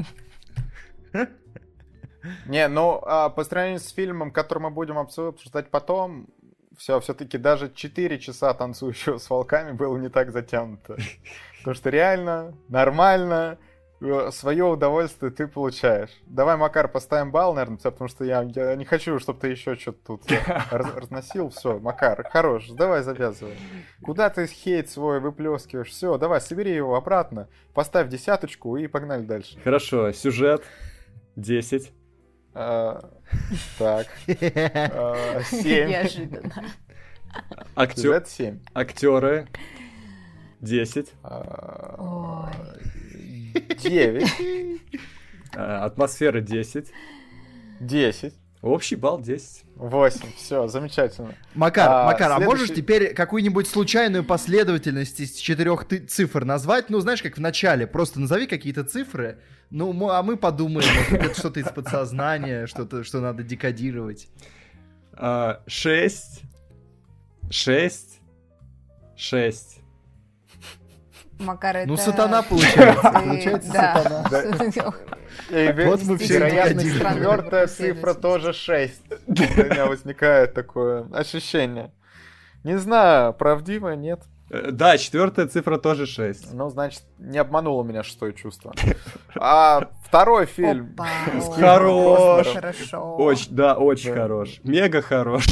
Не, ну, а по сравнению с фильмом, который мы будем обсуждать потом, все, все-таки даже четыре часа «Танцующего с волками» было не так затянуто. Потому что реально, нормально, свое удовольствие ты получаешь. Давай, Макар, поставим балл, наверное, потому что я, я не хочу, чтобы ты еще что-то тут раз- разносил. Все, Макар, хорош, давай завязывай. Куда ты хейт свой выплескиваешь? Все, давай, собери его обратно, поставь десяточку и погнали дальше. Хорошо, сюжет десять. А, Так, а, семь. Неожиданно. Актер... Сюжет семь. Актеры десять. А, Ой. девять. А, Атмосфера десять. десять. Общий балл десять. восемь. Все, замечательно. Макар, А, Макар, а следующий- можешь теперь какую-нибудь случайную последовательность из четырех ты- цифр назвать? Ну, знаешь, как в начале. Просто назови какие-то цифры, ну, мо- а мы подумаем, может быть, это что-то из подсознания, что-то, что надо декодировать. А, Шесть. Шесть. Шесть. Макар, это... Ну, сатана получается. ты- Получается да. сатана. И Вот мы все вероятность декодируем. четвертая цифра тоже шесть. У меня возникает такое ощущение. Не знаю, правдиво, нет. Э, Да, четвертая цифра тоже шесть. Ну, значит, не обмануло меня шестое чувство. А второй фильм. Опа, Хорош. о, Хорошо. Очень, да, очень Да. хорош. Мега хорош.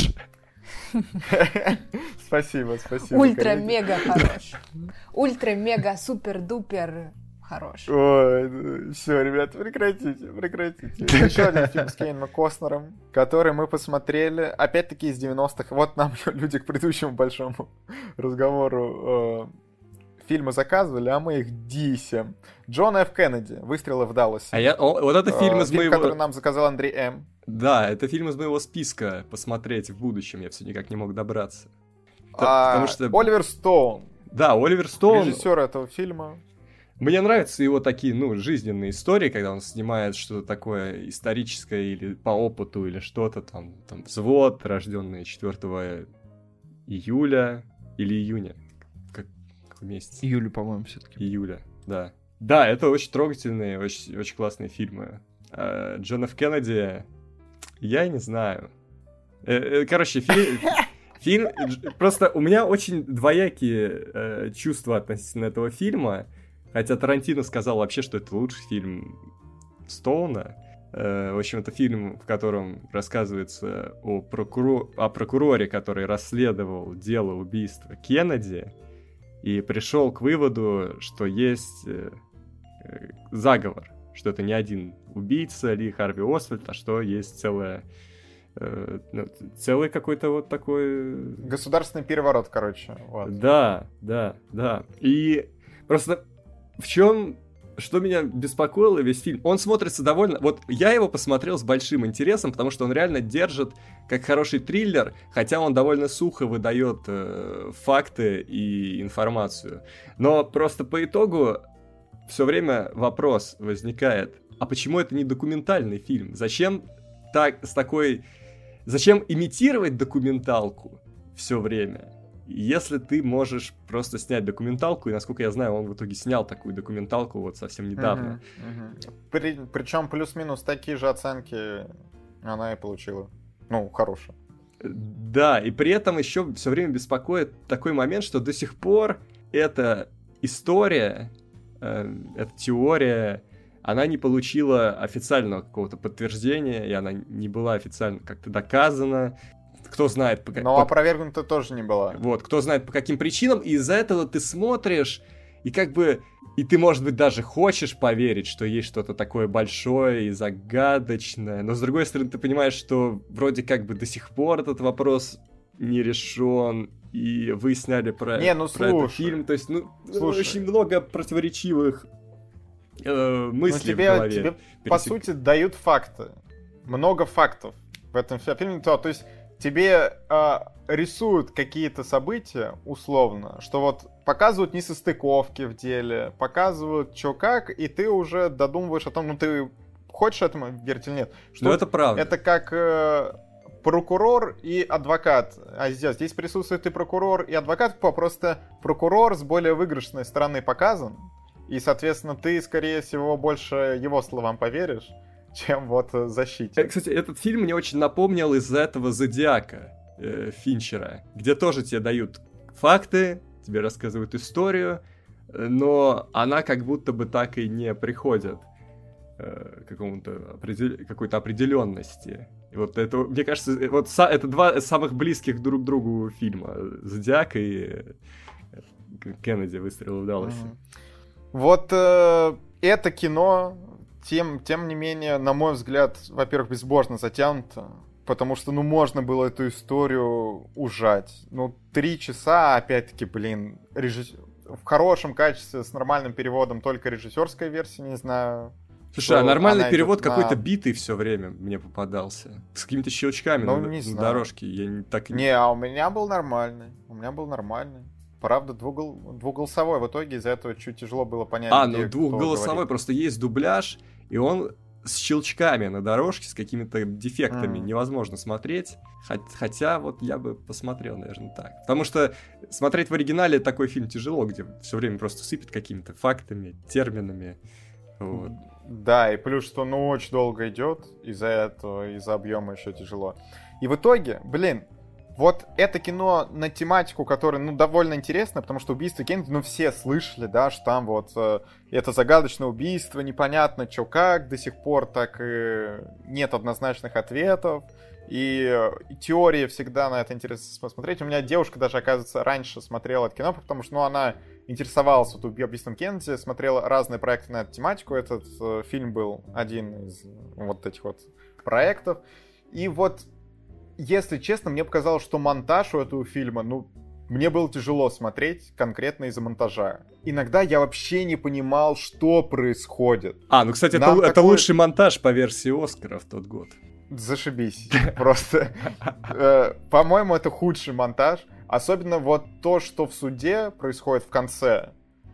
Спасибо, спасибо. коллеги. Ультра-мега хорош. Ультра-мега-супер-дупер хорош. Ой, все, ребят, прекратите, прекратите. Еще один фильм с Кевином Костнером, который мы посмотрели, опять-таки из девяностых. Вот нам люди к предыдущему большому разговору э, фильмы заказывали, а мы их дисим. Джон Ф. Кеннеди, «Выстрелы в Далласе». А я, о, вот это фильм Э, из фильм, моего... который нам заказал Андрей М. Да, это фильм из моего списка посмотреть в будущем. Я все никак не мог добраться. Т- А, Потому что... Оливер Стоун, Да, Оливер Стоун... режиссер этого фильма. Мне нравятся его такие, ну, жизненные истории, когда он снимает что-то такое историческое или по опыту, или что-то там, там «Взвод», рожденный четвёртого июля или июня. Как, какой месяц? Июлю, по-моему, все-таки. Июля, да. Да, это очень трогательные, очень, очень классные фильмы. А, Джон Ф. Кеннеди, я не знаю. Э, э, Короче, фильм... Фильм... дж- Просто у меня очень двоякие э, чувства относительно этого фильма. Хотя Тарантино сказал вообще, что это лучший фильм Стоуна. Э, В общем, это фильм, в котором рассказывается о, прокурор... о прокуроре, который расследовал дело убийства Кеннеди. И пришел к выводу, что есть э, э, заговор, что это не один убийца Ли Харви Освальд, а что есть целая, э, ну, целый какой-то вот такой... Государственный переворот, короче. Вот. Да, да, да. И просто в чем... Что меня беспокоило весь фильм, он смотрится довольно... Вот я его посмотрел с большим интересом, потому что он реально держит как хороший триллер, хотя он довольно сухо выдает э, факты и информацию. Но просто по итогу все время вопрос возникает, а почему это не документальный фильм? Зачем так, с такой... Зачем имитировать документалку все время? Если ты можешь просто снять документалку, и, насколько я знаю, он в итоге снял такую документалку вот совсем недавно. Uh-huh, uh-huh. При, причем плюс-минус такие же оценки она и получила. Ну, хорошие. Да, и при этом еще все время беспокоит такой момент, что до сих пор эта история, э, эта теория, она не получила официального какого-то подтверждения, и она не была официально как-то доказана. Кто знает... По, Но по, опровергнута тоже не была. Вот, кто знает по каким причинам, и из-за этого ты смотришь, и как бы... И ты, может быть, даже хочешь поверить, что есть что-то такое большое и загадочное, но, с другой стороны, ты понимаешь, что вроде как бы до сих пор этот вопрос не решен, и вы сняли про, не, ну, про этот фильм, то есть, ну, слушай. Очень много противоречивых э, мыслей ну, тебе, в голове. Тебе, Пересек... по сути, дают факты. Много фактов в этом фильме. То, то есть, тебе э, рисуют какие-то события, условно, что вот показывают несостыковки в деле, показывают что как, и ты уже додумываешь о том, ну ты хочешь этому верить или нет. Что ну это правда. Это как э, прокурор и адвокат. А здесь, здесь присутствует и прокурор, и адвокат, просто прокурор с более выигрышной стороны показан, и, соответственно, ты, скорее всего, больше его словам поверишь, чем вот защите. Кстати, этот фильм мне очень напомнил из-за этого «Зодиака» э, Финчера, где тоже тебе дают факты, тебе рассказывают историю, но она как будто бы так и не приходит э, к какому-то определ... какой-то определенности. И вот это, мне кажется, вот са... это два самых близких друг к другу фильма «Зодиак» и Кеннеди «Выстрел в Далласе». Mm-hmm. Вот э, это кино... Тем, тем не менее, на мой взгляд, во-первых, безбожно затянуто, потому что, ну, можно было эту историю ужать. Ну, три часа, опять-таки, блин, режисс... в хорошем качестве, с нормальным переводом, только режиссерская версия, не знаю. Слушай, а нормальный перевод на... какой-то битый все время мне попадался. С какими-то щелчками ну, на, не на знаю. дорожке. Я не, так... не, а у меня был нормальный. У меня был нормальный. Правда, двугол... двуголосовой в итоге, из-за этого чуть тяжело было понять, А, где ну двухголосовой, просто есть дубляж, и он с щелчками на дорожке, с какими-то дефектами, mm. невозможно смотреть. Хотя вот я бы посмотрел, наверное, так. Потому что смотреть в оригинале такой фильм тяжело, где все время просто сыпет какими-то фактами, терминами. Вот. Да, и плюс, что ну очень долго идет, из-за этого, из-за объема еще тяжело. И в итоге, блин, вот это кино на тематику, которая, ну, довольно интересна, потому что убийство Кеннеди, ну, все слышали, да, что там вот э, это загадочное убийство, непонятно что как, до сих пор так и нет однозначных ответов, и, и теории всегда на это интересно посмотреть. У меня девушка даже, оказывается, раньше смотрела это кино, потому что, ну, она интересовалась вот убийством Кеннеди, смотрела разные проекты на эту тематику, этот э, фильм был один из вот этих вот проектов, и вот если честно, мне показалось, что монтаж у этого фильма, ну, мне было тяжело смотреть конкретно из-за монтажа. Иногда я вообще не понимал, что происходит. А, ну, кстати, это, такой... это лучший монтаж по версии Оскара в тот год. Зашибись. Просто. По-моему, это худший монтаж. Особенно вот то, что в суде происходит в конце.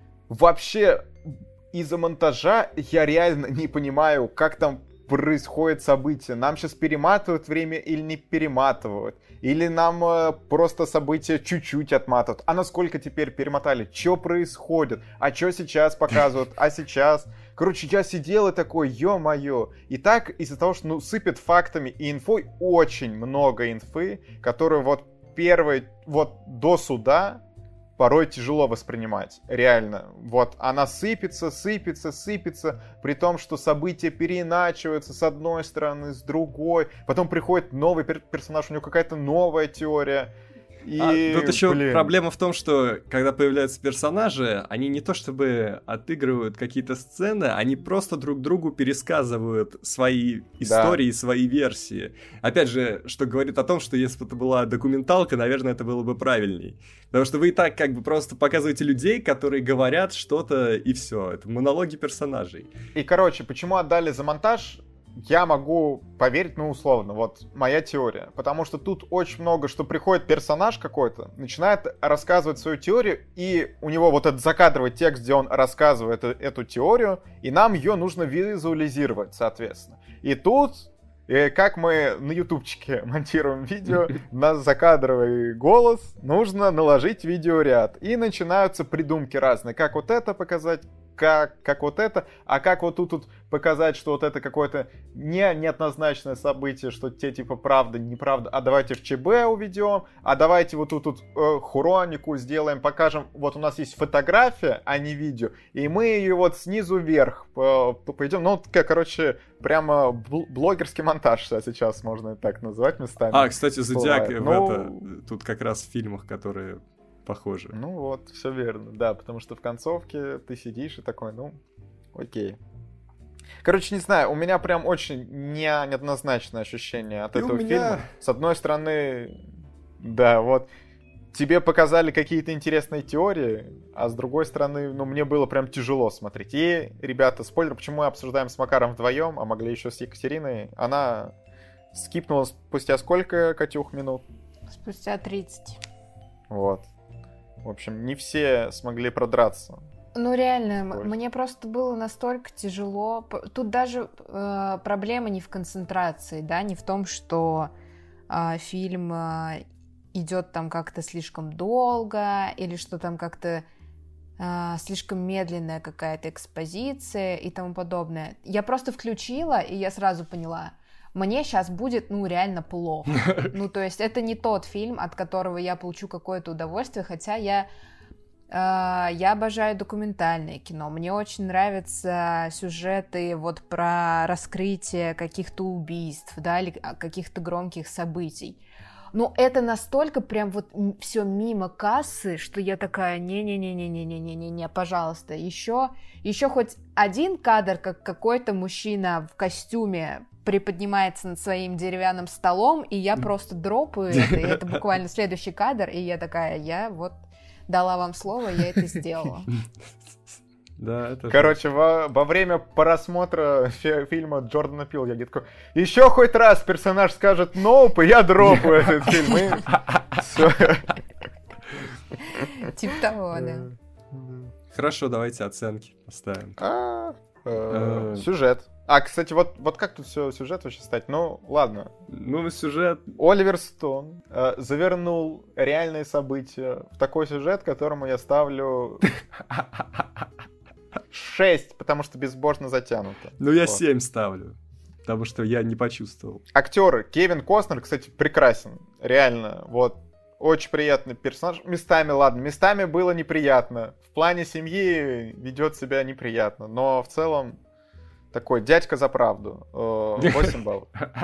Вообще, из-за монтажа я реально не понимаю, как там происходит событие. Нам сейчас перематывают время или не перематывают? Или нам э, просто события чуть-чуть отматывают? А насколько теперь перемотали? Что происходит? А что сейчас показывают? А сейчас? Короче, я сидел и такой, ё-моё. И так из-за того, что ну, сыпет фактами и инфой, очень много инфы, которую вот первый, вот до суда порой тяжело воспринимать, реально. Вот она сыпется, сыпется, сыпется, при том, что события переиначиваются с одной стороны, с другой. Потом приходит новый пер- персонаж, у него какая-то новая теория. И, а, тут еще блин. проблема в том, что когда появляются персонажи, они не то чтобы отыгрывают какие-то сцены, они просто друг другу пересказывают свои истории, да. свои версии. Опять же, что говорит о том, что если бы это была документалка, наверное, это было бы правильней. Потому что вы и так как бы просто показываете людей, которые говорят что-то, и все. Это монологи персонажей. И, короче, почему отдали за монтаж? Я могу поверить, ну, условно, вот моя теория. Потому что тут очень много, что приходит персонаж какой-то, начинает рассказывать свою теорию, и у него вот этот закадровый текст, где он рассказывает эту теорию, и нам ее нужно визуализировать, соответственно. И тут, как мы на ютубчике монтируем видео, на закадровый голос нужно наложить видеоряд. И начинаются придумки разные, как вот это показать, Как, как вот это, а как вот тут, тут показать, что вот это какое-то не, неоднозначное событие, что те типа правда, неправда, а давайте в ЧБ уведем, а давайте вот тут, тут э, хронику сделаем, покажем, вот у нас есть фотография, а не видео, и мы ее вот снизу вверх пойдем, ну, как, короче, прямо блогерский монтаж сейчас можно так называть местами. А, кстати, Зодиак в ну... это, тут как раз в фильмах, которые... похоже. Ну вот, все верно, да, потому что в концовке ты сидишь и такой, ну, окей. Короче, не знаю, у меня прям очень не, неоднозначное ощущение от и этого меня... фильма. С одной стороны, да, вот, тебе показали какие-то интересные теории, а с другой стороны, ну, мне было прям тяжело смотреть. И, ребята, спойлер, почему мы обсуждаем с Макаром вдвоем, а могли еще с Екатериной, она скипнула спустя сколько, Катюх, минут? Спустя тридцать. Вот. В общем, не все смогли продраться. Ну, реально, Ой. мне просто было настолько тяжело. Тут даже э, проблема не в концентрации, да, не в том, что э, фильм э, идет там как-то слишком долго, или что там как-то э, слишком медленная какая-то экспозиция и тому подобное. Я просто включила, и я сразу поняла, мне сейчас будет, ну, реально плохо. Ну, то есть это не тот фильм, от которого я получу какое-то удовольствие, хотя я, э, я обожаю документальное кино. Мне очень нравятся сюжеты вот про раскрытие каких-то убийств, да, или каких-то громких событий. Но это настолько прям вот все мимо кассы, что я такая, не-не-не-не-не-не-не-не, пожалуйста, еще, еще хоть один кадр, как какой-то мужчина в костюме приподнимается над своим деревянным столом, и я просто дропаю это, и это буквально следующий кадр, и я такая, я вот дала вам слово, я это сделала. Да, это Короче, во, во время просмотра фи- фильма Джордана Пила я где-то такой, еще хоть раз персонаж скажет «ноуп», и я дропаю этот фильм, и все. Типа того, да. Хорошо, давайте оценки поставим. Сюжет. А, кстати, вот, вот как тут все сюжет вообще стать? Ну, ладно. Ну, сюжет... Оливер Стоун э, завернул реальные события в такой сюжет, которому я ставлю шесть, потому что безбожно затянуто. Ну, я семь ставлю, потому что я не почувствовал. Актеры. Кевин Костнер, кстати, прекрасен. Реально, вот. Очень приятный персонаж. Местами, ладно, местами было неприятно. В плане семьи ведет себя неприятно, но в целом такой дядька за правду. восемь баллов.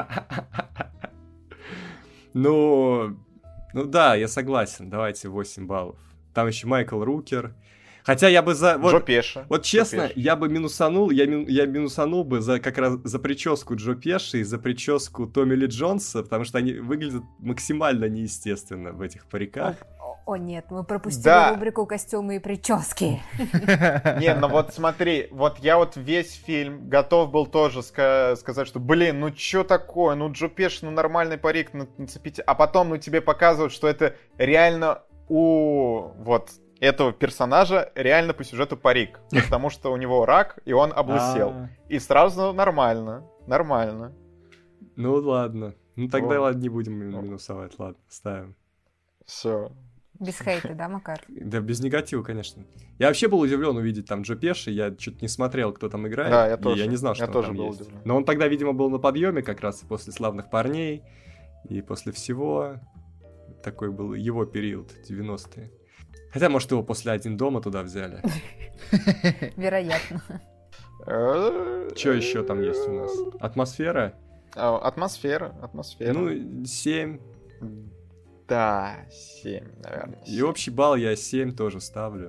Ну, ну да, я согласен. Давайте восемь баллов. Там еще Майкл Рукер. Хотя я бы за... Вот, Джо Пеши. Вот честно, я бы минусанул, я, мин, я минусанул бы за, как раз за прическу Джо Пеши и за прическу Томми Ли Джонса, потому что они выглядят максимально неестественно в этих париках. О, о нет, мы пропустили да. рубрику «Костюмы и прически». Не, ну вот смотри, вот я вот весь фильм готов был тоже ска- сказать, что, блин, ну чё такое, ну Джо Пеши, ну нормальный парик нацепите, а потом ну тебе показывают, что это реально у... вот... этого персонажа реально по сюжету парик, потому что у него рак, и он облысел. И сразу нормально, нормально. Ну ладно. Ну тогда ладно, не будем минусовать, ладно, ставим. Все. Без хейта, да, Макар? Да, без негатива, конечно. Я вообще был удивлен увидеть там Джо Пеши, я что-то не смотрел, кто там играет. Да, я тоже. Я не знал, что я он тоже там был есть. Удивлен. Но он тогда, видимо, был на подъеме как раз после «Славных парней», и после всего такой был его период, девяностые. Хотя, может, его после «Один дома» туда взяли. Вероятно. Что еще там есть у нас? Атмосфера? Атмосфера, атмосфера. Ну, семь. Да, семь, наверное. И общий балл я семь тоже ставлю.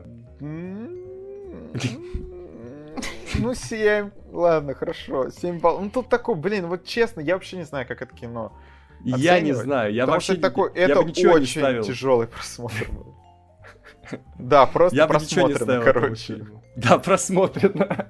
Ну, семь. Ладно, хорошо. семь баллов. Ну, тут такой, блин, вот честно, я вообще не знаю, как это кино оценивать. Я не знаю. Я Потому вообще что такой, я это бы ничего не очень ставил. тяжелый просмотр был. Да, просто Я бы ничего не просмотрено, ставил этому короче. фильму. Да, просмотрено.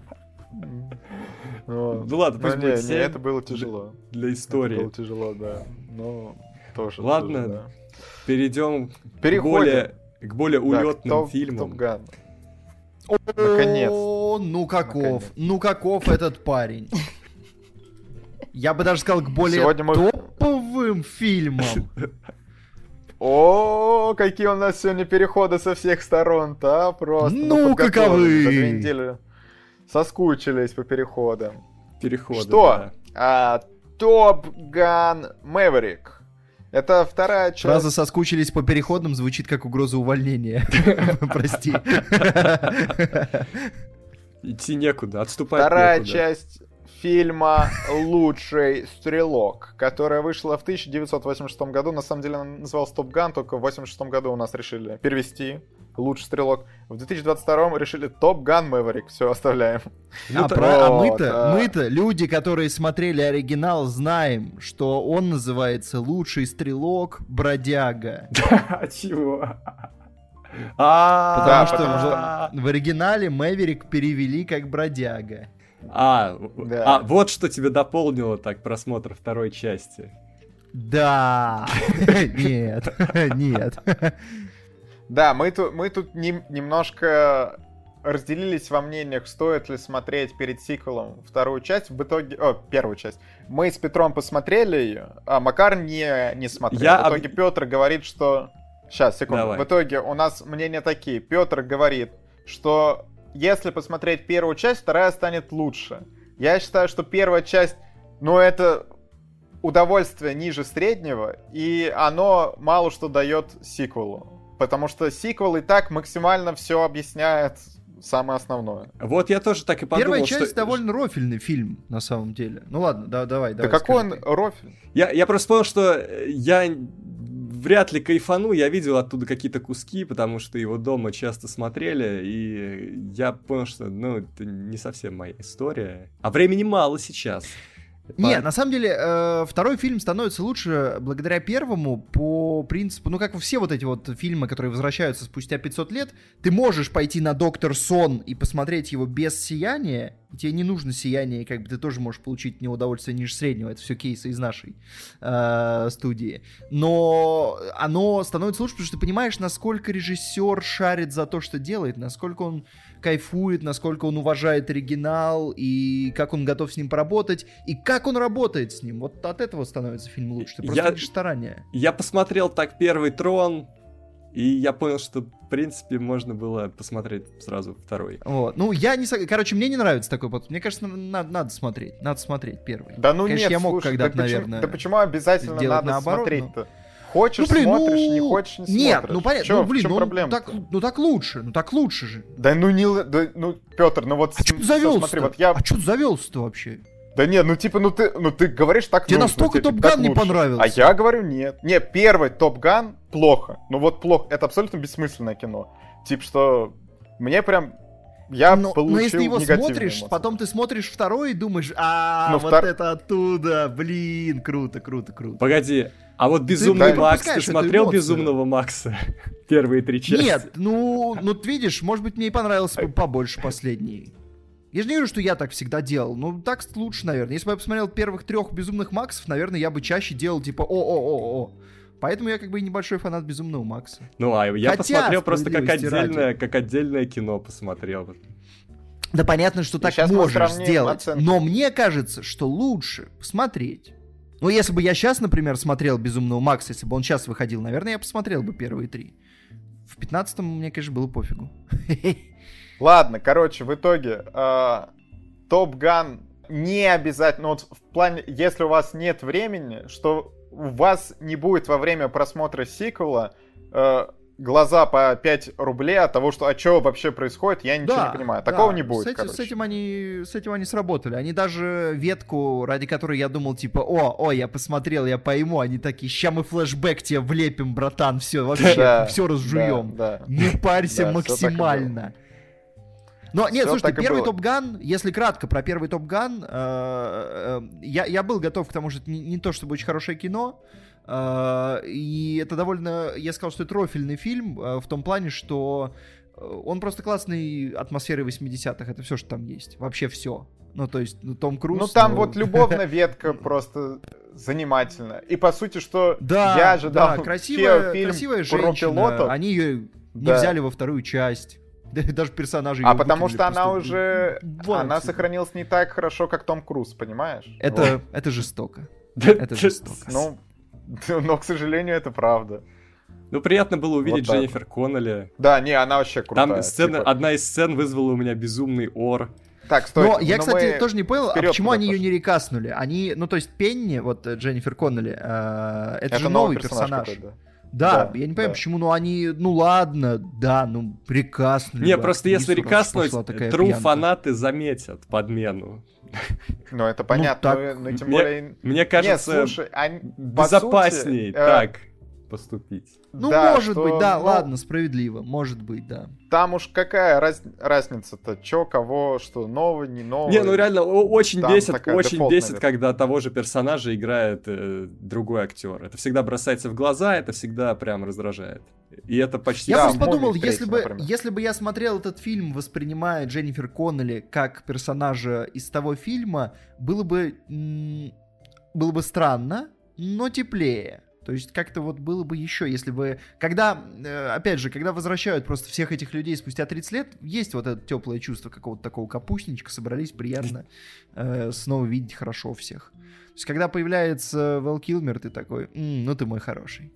Ну Ну ладно, пусть не, будет не, семь. это было тяжело. Для Это истории. было тяжело, да. Но тоже. Ладно, тоже, да. Перейдем к Переходим. более, к более Да, улетным Топ- фильмам. Топ Ган. Наконец. О, ну каков, Наконец. ну каков этот парень. Я бы даже сказал, к более Сегодня мы- топовым фильмам. О, какие у нас сегодня переходы со всех сторон-то, а? Просто. Ну, подготовились каковы? За две недели соскучились по переходам. Переходы, Что? да. А, Топ Ган Мэверик. Это вторая часть. Фраза «соскучились по переходам» звучит как угроза увольнения. Прости. Идти некуда, отступать Вторая некуда. часть фильма «Лучший стрелок», которая вышла в тысяча девятьсот восемьдесят шестом году. На самом деле она называлась «Топ Ган», только в восемьдесят шестом году у нас решили перевести «Лучший стрелок». В две тысячи двадцать втором решили «Топ Ган Мэверик». Все, оставляем. Ну, а та- про- а вот, мы-то, а. мы-то, люди, которые смотрели оригинал, знаем, что он называется «Лучший стрелок бродяга». А чего? А, Потому Да, что потому в, в оригинале Мэверик перевели как бродяга. А, Да. а, вот что тебе дополнило так просмотр второй части. Да. Нет. Нет. Да, мы тут, мы тут нем- немножко разделились во мнениях, стоит ли смотреть перед сиквелом вторую часть. В итоге... О, первую часть. Мы с Петром посмотрели ее, а Макар не, не смотрел. Я В об- итоге Петр говорит, что... Сейчас, секунду. Давай. В итоге у нас мнения такие. Петр говорит, что если посмотреть первую часть, вторая станет лучше. Я считаю, что первая часть, ну, это удовольствие ниже среднего, и оно мало что дает сиквелу. Потому что сиквел и так максимально все объясняет самое основное. Вот я тоже так и подумал, Первая часть что... довольно рофильный фильм, на самом деле. Ну ладно, да, давай, Да давай. какой скажи он ты. рофель? Я, я просто понял, что я вряд ли кайфану, я видел оттуда какие-то куски, потому что его дома часто смотрели, и я понял, что, ну, это не совсем моя история. А времени мало сейчас. Не, на самом деле, э, второй фильм становится лучше благодаря первому по принципу, ну, как все вот эти вот фильмы, которые возвращаются спустя пятьсот лет, ты можешь пойти на «Доктор Сон» и посмотреть его без сияния, и тебе не нужно сияние, и как бы ты тоже можешь получить от него удовольствие ниже среднего, это все кейсы из нашей э, студии. Но оно становится лучше, потому что ты понимаешь, насколько режиссер шарит за то, что делает, насколько он кайфует, насколько он уважает оригинал, и как он готов с ним поработать, и как он работает с ним. Вот от этого становится фильм лучше. Ты просто Я- видишь старания. Я посмотрел так первый «Трон», и я понял, что, в принципе, можно было посмотреть сразу второй. Вот. Ну, я не... сог- Короче, мне не нравится такой подход. Мне кажется, на- надо смотреть. Надо смотреть первый. Да ну Конечно, нет, я мог слушай, когда-то, да почему, наверное, да почему обязательно сделать надо наоборот, смотреть-то? Хочешь, Ну, блин, смотришь, ну... не хочешь, не Нет, смотришь. ну понятно. Чё, Ну, блин, в чем ну, проблема? так, ну так лучше. Ну так лучше же. Да ну не... л- Да, ну, Петр, ну вот... А с- что ты всё, завелся? Смотри, вот я... А что ты завелся-то вообще? Да нет, ну типа, ну ты, ну ты говоришь так Тебе нужно, настолько типа, Топ так Ган не лучше. понравился? А я говорю нет. Не, первый Топ Ган плохо. Ну вот плохо. Это абсолютно бессмысленное кино. Типа что... Мне прям... Я но, получил но если его негативные смотришь, эмоции. потом ты смотришь второй и думаешь, а, Ну, вот втор- это оттуда, блин, круто, круто, круто. Погоди, а вот «Безумный да, Макс», ты пропускаешь эту смотрел эмоцию. «Безумного Макса»? Первые три части. Нет, ну, ну ты видишь, может быть, мне и понравился бы побольше последний. Я же не говорю, что я так всегда делал. Ну, так лучше, наверное. Если бы я посмотрел первых трех «Безумных Максов», наверное, я бы чаще делал типа о-о-о-о. Поэтому я как бы и небольшой фанат «Безумного Макса». Ну, а я Хотя, посмотрел просто как справедливости отдельное, ради. как отдельное кино посмотрел. Да понятно, что И так щас мы можешь сравним сделать, оценки. но мне кажется, что лучше посмотреть. Ну, если бы я сейчас, например, смотрел «Безумного Макса», если бы он сейчас выходил, наверное, я посмотрел бы первые три. В пятнадцатом мне, конечно, было пофигу. Ладно, короче, в итоге Топ Ган не обязательно, ну, вот в плане, если у вас нет времени, что у вас не будет во время просмотра сиквела э, глаза по пять рублей от того, что а что вообще происходит, я ничего Да, не понимаю. да. Такого не будет, с этим, короче. с этим они, с этим они сработали. Они даже ветку, ради которой я думал, типа, о, о, я посмотрел, я пойму, они такие, ща мы флешбэк тебе влепим, братан, все, вообще, Да, все разжуем. да, да. Не парься Да, всё так и максимально. Но нет, Всё слушайте, так и первый было. Топ Ган, если кратко про первый Топ Ган, э, э, я, я был готов к тому, что это не, не то чтобы очень хорошее кино, э, и это довольно, я сказал, что это рофильный фильм, э, в том плане, что он просто классный атмосферой восьмидесятых, это все, что там есть, вообще все. Ну, то есть, ну, Том Круз... Ну, там ну... вот любовная ветка просто занимательная. И, по сути, что Да, я ожидал да, красивая, фильм красивая про женщина, пилотов. они ее не Да. взяли во вторую часть. Да, даже персонажи А её потому выкинули что она просто уже... вон Она отсюда. сохранилась не так хорошо, как Том Круз, понимаешь? Это, это жестоко. Это жестоко. Вот. Ну, но, к сожалению, это правда. Ну, приятно было увидеть Вот так Дженнифер Коннелли. Да, не, она вообще крутая. Там сцена, типа. одна из сцен вызвала у меня безумный ор. Так, стой. Но я, но кстати, мы тоже не понял, а вперед почему туда они ее пошли. не рекастнули. Они, ну, то есть Пенни, вот э, Дженнифер Коннелли, э, это, Это же новый новый персонаж. какой-то. Да, Да, я не понимаю, да. почему, ну, они, ну, ладно, да, ну, рекастнули. Не, бы просто если актрису, раз рекастнуть, пошла такая true пьянка. фанаты заметят подмену. Ну, это понятно, так, но, но тем мне- более... Мне кажется, Нет, слушай, они, по безопасней сути, э, так поступить. Ну, да, может что, быть, да, ну, ладно, справедливо, может быть, да. Там уж какая раз- разница-то, чё, кого, что, новый, не новый. Не, ну реально, о- очень Там бесит, такая очень дефолтная бесит, версия. когда того же персонажа играет э, другой актер. Это всегда бросается в глаза, это всегда прям раздражает. И это почти... Я Да, просто Моби подумал, в третьем, если бы, например. если бы я смотрел этот фильм, воспринимая Дженнифер Коннелли как персонажа из того фильма, было бы, м, было бы странно, но теплее. То есть как-то вот было бы еще, если бы... Когда, э, опять же, когда возвращают просто всех этих людей спустя тридцать лет, есть вот это теплое чувство какого-то такого капустничка, собрались, приятно э, снова видеть хорошо всех. То есть когда появляется Вэл Килмер, ты такой, «М, ну ты мой хороший.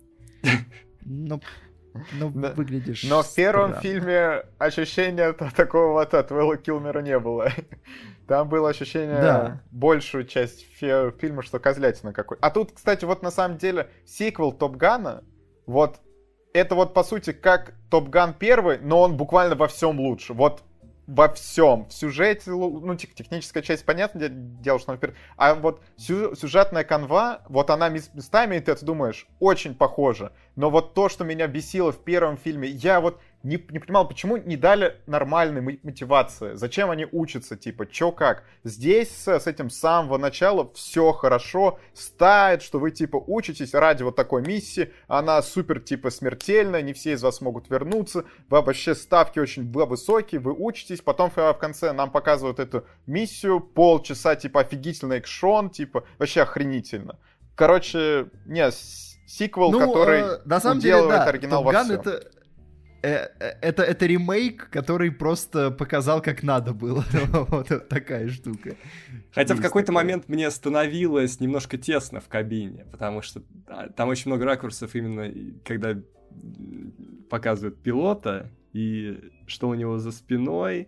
Ну, ну Да. выглядишь Но в первом странно». фильме ощущения та- такого вот от Вэлла Килмера не было. Там было ощущение Да. большую часть фи- фильма, что козлятина какой. А тут, кстати, вот на самом деле сиквел Топ Гана, вот это вот по сути как Топ Ган первый, но он буквально во всем лучше. Вот во всем. В сюжете, лу- ну, тех- техническая часть, понятное де- дело, что она вперед. А вот сю- сюжетная канва, вот она мес- местами, и ты это думаешь, очень похожа. Но вот то, что меня бесило в первом фильме, я вот не, не понимал, почему не дали нормальной мо- мотивации. Зачем они учатся, типа, чё как. Здесь с, с этим с самого начала все хорошо, ставит, что вы, типа, учитесь ради вот такой миссии, она супер, типа, смертельная, не все из вас могут вернуться, вообще ставки очень в- высокие, вы учитесь, потом в, в конце нам показывают эту миссию, полчаса, типа, офигительный экшон, типа, вообще охренительно. Короче, не, с- сиквел, Ну, который э, на самом деле, уделывает да, оригинал Топ во Ган всем. это, э, э, это, это ремейк, который просто показал, как надо было. Вот такая штука. Хотя в Есть какой-то такое. момент мне становилось немножко тесно в кабине, потому что а, там очень много ракурсов именно, и когда м, показывают пилота, и что у него за спиной,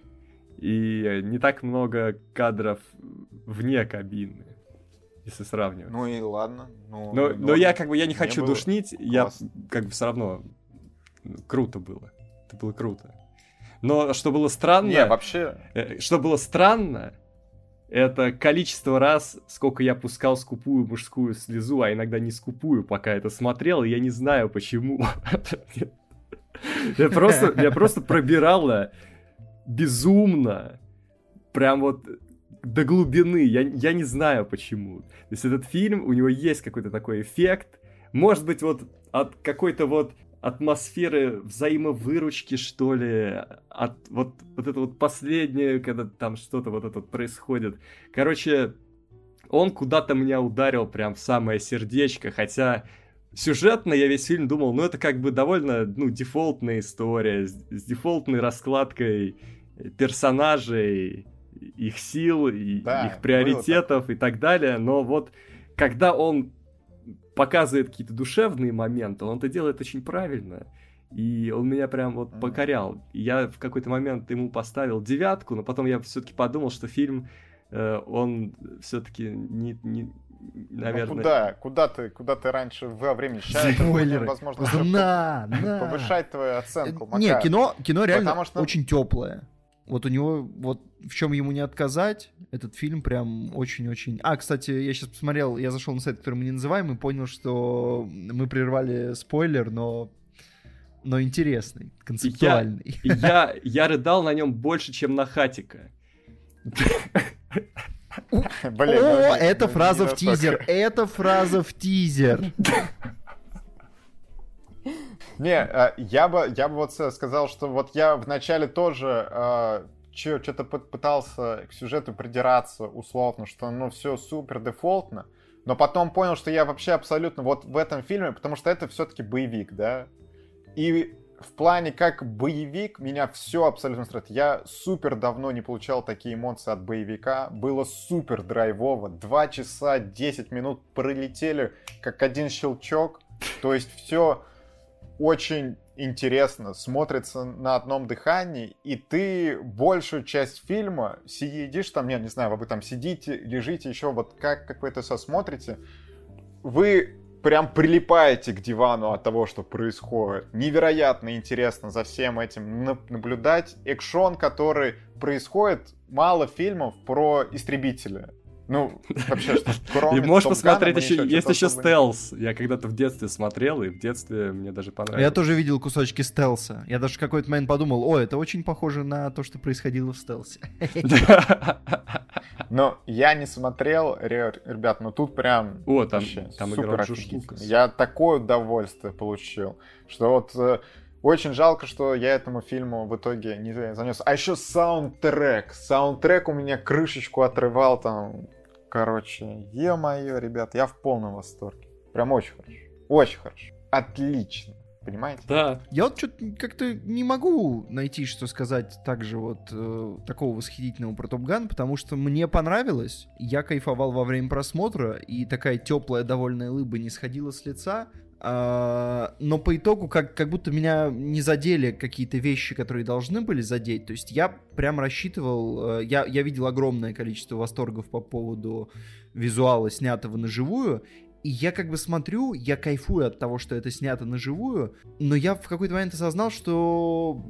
и не так много кадров вне кабины, если сравнивать. Ну и ладно. Ну, Но, ну, но я как бы я не мне хочу было душнить, я классно. как бы все равно ну, круто было. Это было круто. Но что было странно, Не, вообще... э, что было странно, это количество раз, сколько я пускал скупую мужскую слезу, а иногда не скупую, пока это смотрел, и я не знаю почему. Я просто, я просто пробирало безумно, прям вот до глубины. Я, я не знаю почему. То есть этот фильм, у него есть какой-то такой эффект. Может быть, вот от какой-то вот атмосферы взаимовыручки, что ли, от вот, вот это вот последнее, когда там что-то вот это вот происходит. Короче, он куда-то меня ударил прям в самое сердечко, хотя сюжетно я весь фильм думал, ну это как бы довольно, ну, дефолтная история, с, с дефолтной раскладкой персонажей, их сил, и, Да, их приоритетов и так далее, но вот когда он показывает какие-то душевные моменты, он это делает очень правильно, и он меня прям вот покорял. И я в какой-то момент ему поставил девятку, но потом я все-таки подумал, что фильм, э, он все-таки не, не, наверное... Ну, куда? Куда ты, куда ты раньше во времени? Сейчас Спойлеры. возможно, На, на. повышать твою оценку. Не, Макар. кино, кино реально Потому что- очень теплое. Вот у него, вот в чем ему не отказать, этот фильм прям очень-очень... А, кстати, я сейчас посмотрел, я зашел на сайт, который мы не называем, и понял, что мы прервали спойлер, но, но интересный, концептуальный. Я, я рыдал на нем больше, чем на Хатика. Блин, О, ну, это ну, фраза не в тизер, настолько. это фраза в тизер. Не, э, я бы, я бы вот сказал, что вот я вначале тоже э, что-то пытался к сюжету придираться условно, что ну все супер дефолтно, но потом понял, что я вообще абсолютно вот в этом фильме, потому что это все-таки боевик, да, и в плане как боевик меня все абсолютно устраивает. Я супер давно не получал такие эмоции от боевика, было супер драйвово, два часа десять минут пролетели как один щелчок, то есть все очень интересно, смотрится на одном дыхании, и ты большую часть фильма сидишь там, не, не знаю, вы там сидите, лежите, еще вот как, как вы это все смотрите, вы прям прилипаете к дивану от того, что происходит. Невероятно интересно за всем этим наблюдать. Экшон, который происходит, мало фильмов про истребители. Ну, вообще, что кроме И можешь Топ посмотреть Гана, еще, мы есть что-то еще особо не- стелс. Я когда-то в детстве смотрел, и в детстве мне даже понравилось. Я тоже видел кусочки стелса. Я даже в какой-то момент подумал, о, это очень похоже на то, что происходило в стелсе. Но я не смотрел, ре- ребят, но тут прям О, там, вообще там супер играл Джордж офигительно. Лукас. Я такое удовольствие получил, что вот э, очень жалко, что я этому фильму в итоге не занес. А еще саундтрек. Саундтрек у меня крышечку отрывал там. Короче, е-мое, ребят, я в полном восторге. Прям очень хорошо. Очень хорошо. Отлично. Понимаете? Да. Я вот что-то как-то не могу найти, что сказать также вот э, такого восхитительного про Топ Ган, потому что мне понравилось, я кайфовал во время просмотра, и такая теплая, довольная улыбка не сходила с лица, а, но по итогу как, как будто меня не задели какие-то вещи, которые должны были задеть, то есть я прям рассчитывал, э, я, я видел огромное количество восторгов по поводу визуала, снятого на живую. И я как бы смотрю, я кайфую от того, что это снято на живую, но я в какой-то момент осознал, что...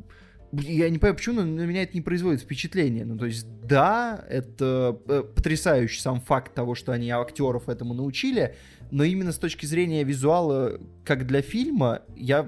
Я не понимаю, почему, но на меня это не производит впечатление. Ну, то есть, да, это потрясающий сам факт того, что они актеров этому научили, но именно с точки зрения визуала, как для фильма, я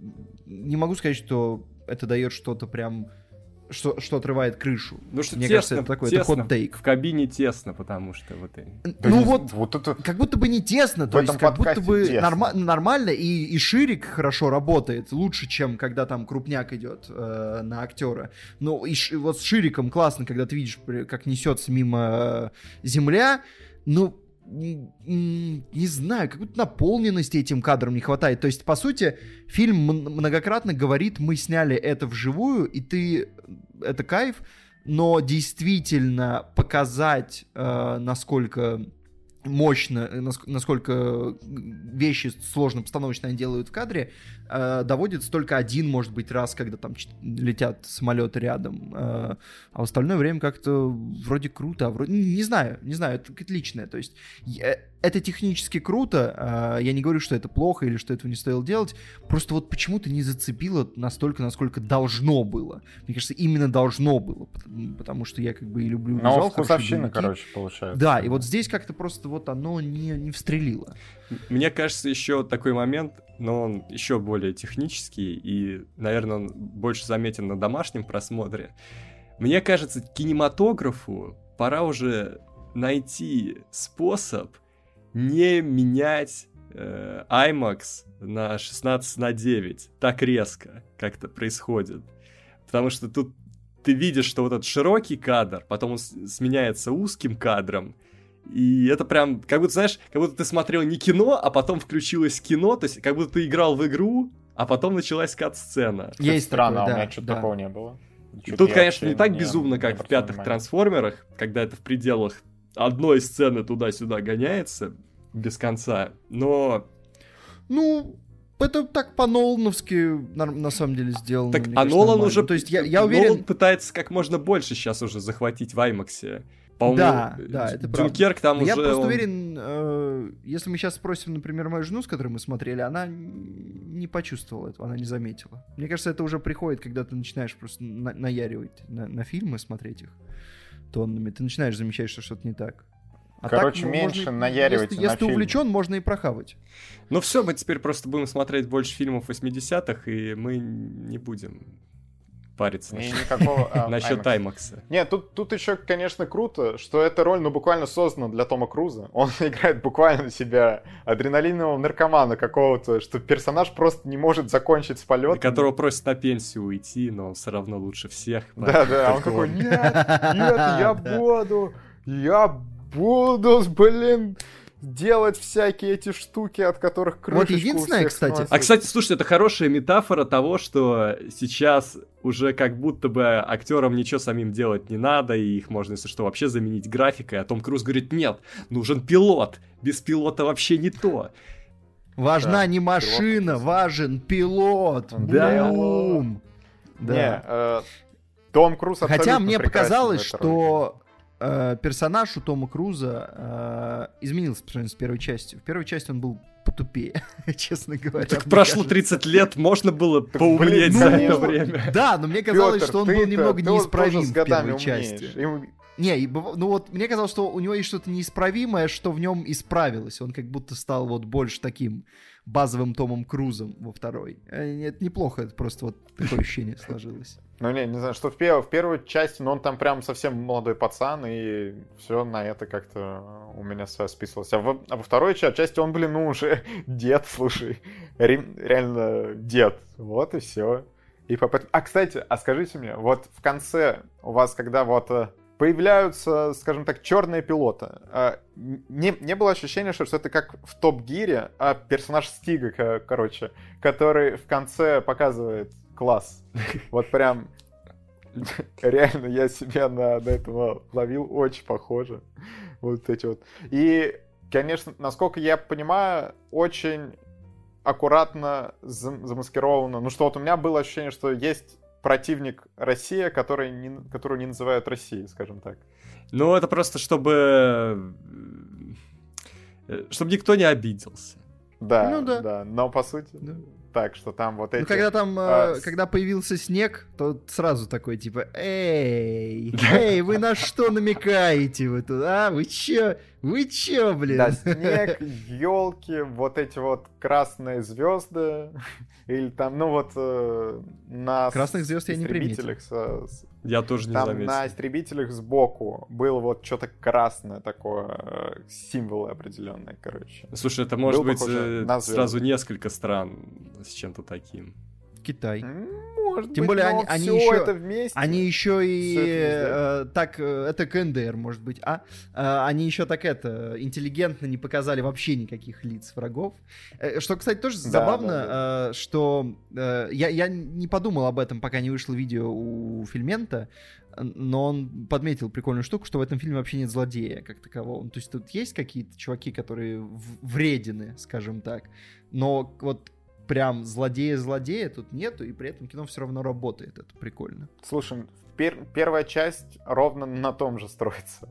не могу сказать, что это дает что-то прям... Что, что отрывает крышу. Ну что Мне тесно, кажется, это такой, это тесно. hot-take. В кабине тесно, потому что вот... и- Да Ну не- вот, вот это... как будто бы не тесно, В то есть этом как будто подкасте бы тесно. норма- нормально, и, и ширик хорошо работает, лучше, чем когда там крупняк идет э, на актера. Ну, и ш- вот с шириком классно, когда ты видишь, при- как несется мимо э, земля, ну, м- м, не знаю, как будто наполненности этим кадром не хватает. То есть, по сути, фильм м- многократно говорит, мы сняли это вживую, и ты... Это кайф, но действительно показать, э, насколько мощно, э, наск- насколько вещи сложно постановочно они делают в кадре, э, доводится только один, может быть, раз, когда там ч- летят самолеты рядом. Э, а в остальное время как-то вроде круто, а вроде... Не знаю, не знаю, это какое-то личное. То есть я- это технически круто, э, я не говорю, что это плохо или что этого не стоило делать, просто вот почему-то не зацепило настолько, насколько должно было. Мне кажется, именно должно было, потому, потому что я как бы и люблю Ну, визуал, хорошие вкусовщина, боевики. короче, получается. Да, и вот здесь как-то просто вот оно не, не встрелило. Мне кажется, еще такой момент, но он еще более технический, и, наверное, он больше заметен на домашнем просмотре. Мне кажется, кинематографу пора уже найти способ не менять э, IMAX на шестнадцать на девять так резко, как это происходит. Потому что тут ты видишь, что вот этот широкий кадр, потом он с- сменяется узким кадром, и это прям, как будто, знаешь, как будто ты смотрел не кино, а потом включилось кино, то есть как будто ты играл в игру, а потом началась кат-сцена. Кстати, Есть странно, такое, а у меня да, что-то да. такого не было. Чё-то Тут, я конечно, не вообще так безумно, не как в обратил пятых внимания. трансформерах, когда это в пределах одной сцены туда-сюда гоняется без конца, но... Ну, это так по-нолановски на, на самом деле сделано. Так, мне а кажется, Нолан нормально. уже... То есть я, я Нолан уверен... пытается как можно больше сейчас уже захватить в IMAX. По-моему, Да, да, это правда. Дюнкерк там уже... Я просто он... уверен, э, если мы сейчас спросим, например, мою жену, с которой мы смотрели, она не почувствовала этого, она не заметила. Мне кажется, это уже приходит, когда ты начинаешь просто на- наяривать на, на фильмы, смотреть их тоннами. Ты начинаешь замечать, что что-то не так. А Короче, так, меньше можно, наяривать Если, на если ты фильм. увлечен, можно и прохавать. Ну все, мы теперь просто будем смотреть больше фильмов восьмидесятых, и мы не будем париться И насчет, никакого а, насчет IMAX. Аймакса. Нет, тут, тут еще, конечно, круто, что эта роль, ну, буквально создана для Тома Круза. Он играет буквально себя адреналинового наркомана какого-то, что персонаж просто не может закончить с полетом. Которого просят на пенсию уйти, но он все равно лучше всех. Да-да, он Только такой, он. нет, нет, я буду, я буду, блин, делать всякие эти штуки, от которых крышечку Вот единственное, у всех кстати- сносит. А, кстати, слушайте, это хорошая метафора того, что сейчас уже как будто бы актерам ничего самим делать не надо, и их можно, если что, вообще заменить графикой. А Том Круз говорит, нет, нужен пилот, без пилота вообще не то. Важна Да, не машина, пилот. важен пилот. Да. Бум. Не, Да. э, Том Круз Хотя абсолютно мне прекрасен показалось, в этой роли. что э, персонаж у Тома Круза э, изменился по сравнению с первой частью. В первой части он был потупее, честно говоря. Так мне прошло кажется. тридцать лет, можно было поумнеть блин, за ну, это ну, время. Да, но мне казалось, Пётр, что он ты-то- был немного ты вот неисправим тоже с в годами первой умнеешь. части. Ему- Не, и быв- ну вот мне казалось, что у него есть что-то неисправимое, что в нем исправилось. Он как будто стал вот больше таким базовым Томом Крузом во второй. Э, Это неплохо, это просто вот такое ощущение сложилось. Ну, не, не знаю, что в, пер- в первой части, ну, он там прям совсем молодой пацан, и все на это как-то у меня со- списывалось. А во, а во второй ча- части он, блин, ну, уже дед, слушай. Ре- реально дед. Вот и все. И попыт- А, кстати, а скажите мне, вот в конце у вас, когда вот э, появляются, скажем так, черные пилоты, э, не, не было ощущения, что, что это как в Топ Гире, а персонаж Стига, ко- короче, который в конце показывает класс. Вот прям реально я себя на, на этого ловил, очень похоже. Вот эти вот. И, конечно, насколько я понимаю, очень аккуратно зам- замаскировано. Ну что, вот у меня было ощущение, что есть противник Россия, который не, которую не называют Россией, скажем так. Ну, это просто чтобы... Чтобы никто не обиделся. Да, Ну да. да. Но по сути, Да. так, что там вот эти... Ну, когда там, э, а, с- когда появился снег, то сразу такой, типа, эй, эй, вы на что намекаете вы тут, а? Вы чё? Вы чё, блин? Да, снег, елки, вот эти вот красные звезды, или там, ну вот э, на Красных с- звезд я не приметил. истребителях со- с- Я тоже не там заметил. на истребителях сбоку было вот что-то красное такое, э, символы определенные, короче. Слушай, это может Был быть похоже э, на звезды. сразу несколько стран с чем-то таким. Китай. М, Может Тем быть, более но они- они всё ещё- это вместе. Они еще и Всё это везде. э, так, э, это КНДР, может быть, а? Э, они еще так это интеллигентно не показали вообще никаких лиц врагов. Э, что, кстати, тоже Да, забавно, да, э, что э, я, я не подумал об этом, пока не вышло видео у Фильмента, но он подметил прикольную штуку, что в этом фильме вообще нет злодея как такового. То есть тут есть какие-то чуваки, которые в- вредины, скажем так, но вот прям злодея-злодея тут нету, и при этом кино все равно работает. Это прикольно. Слушай, пер- первая часть ровно на том же строится.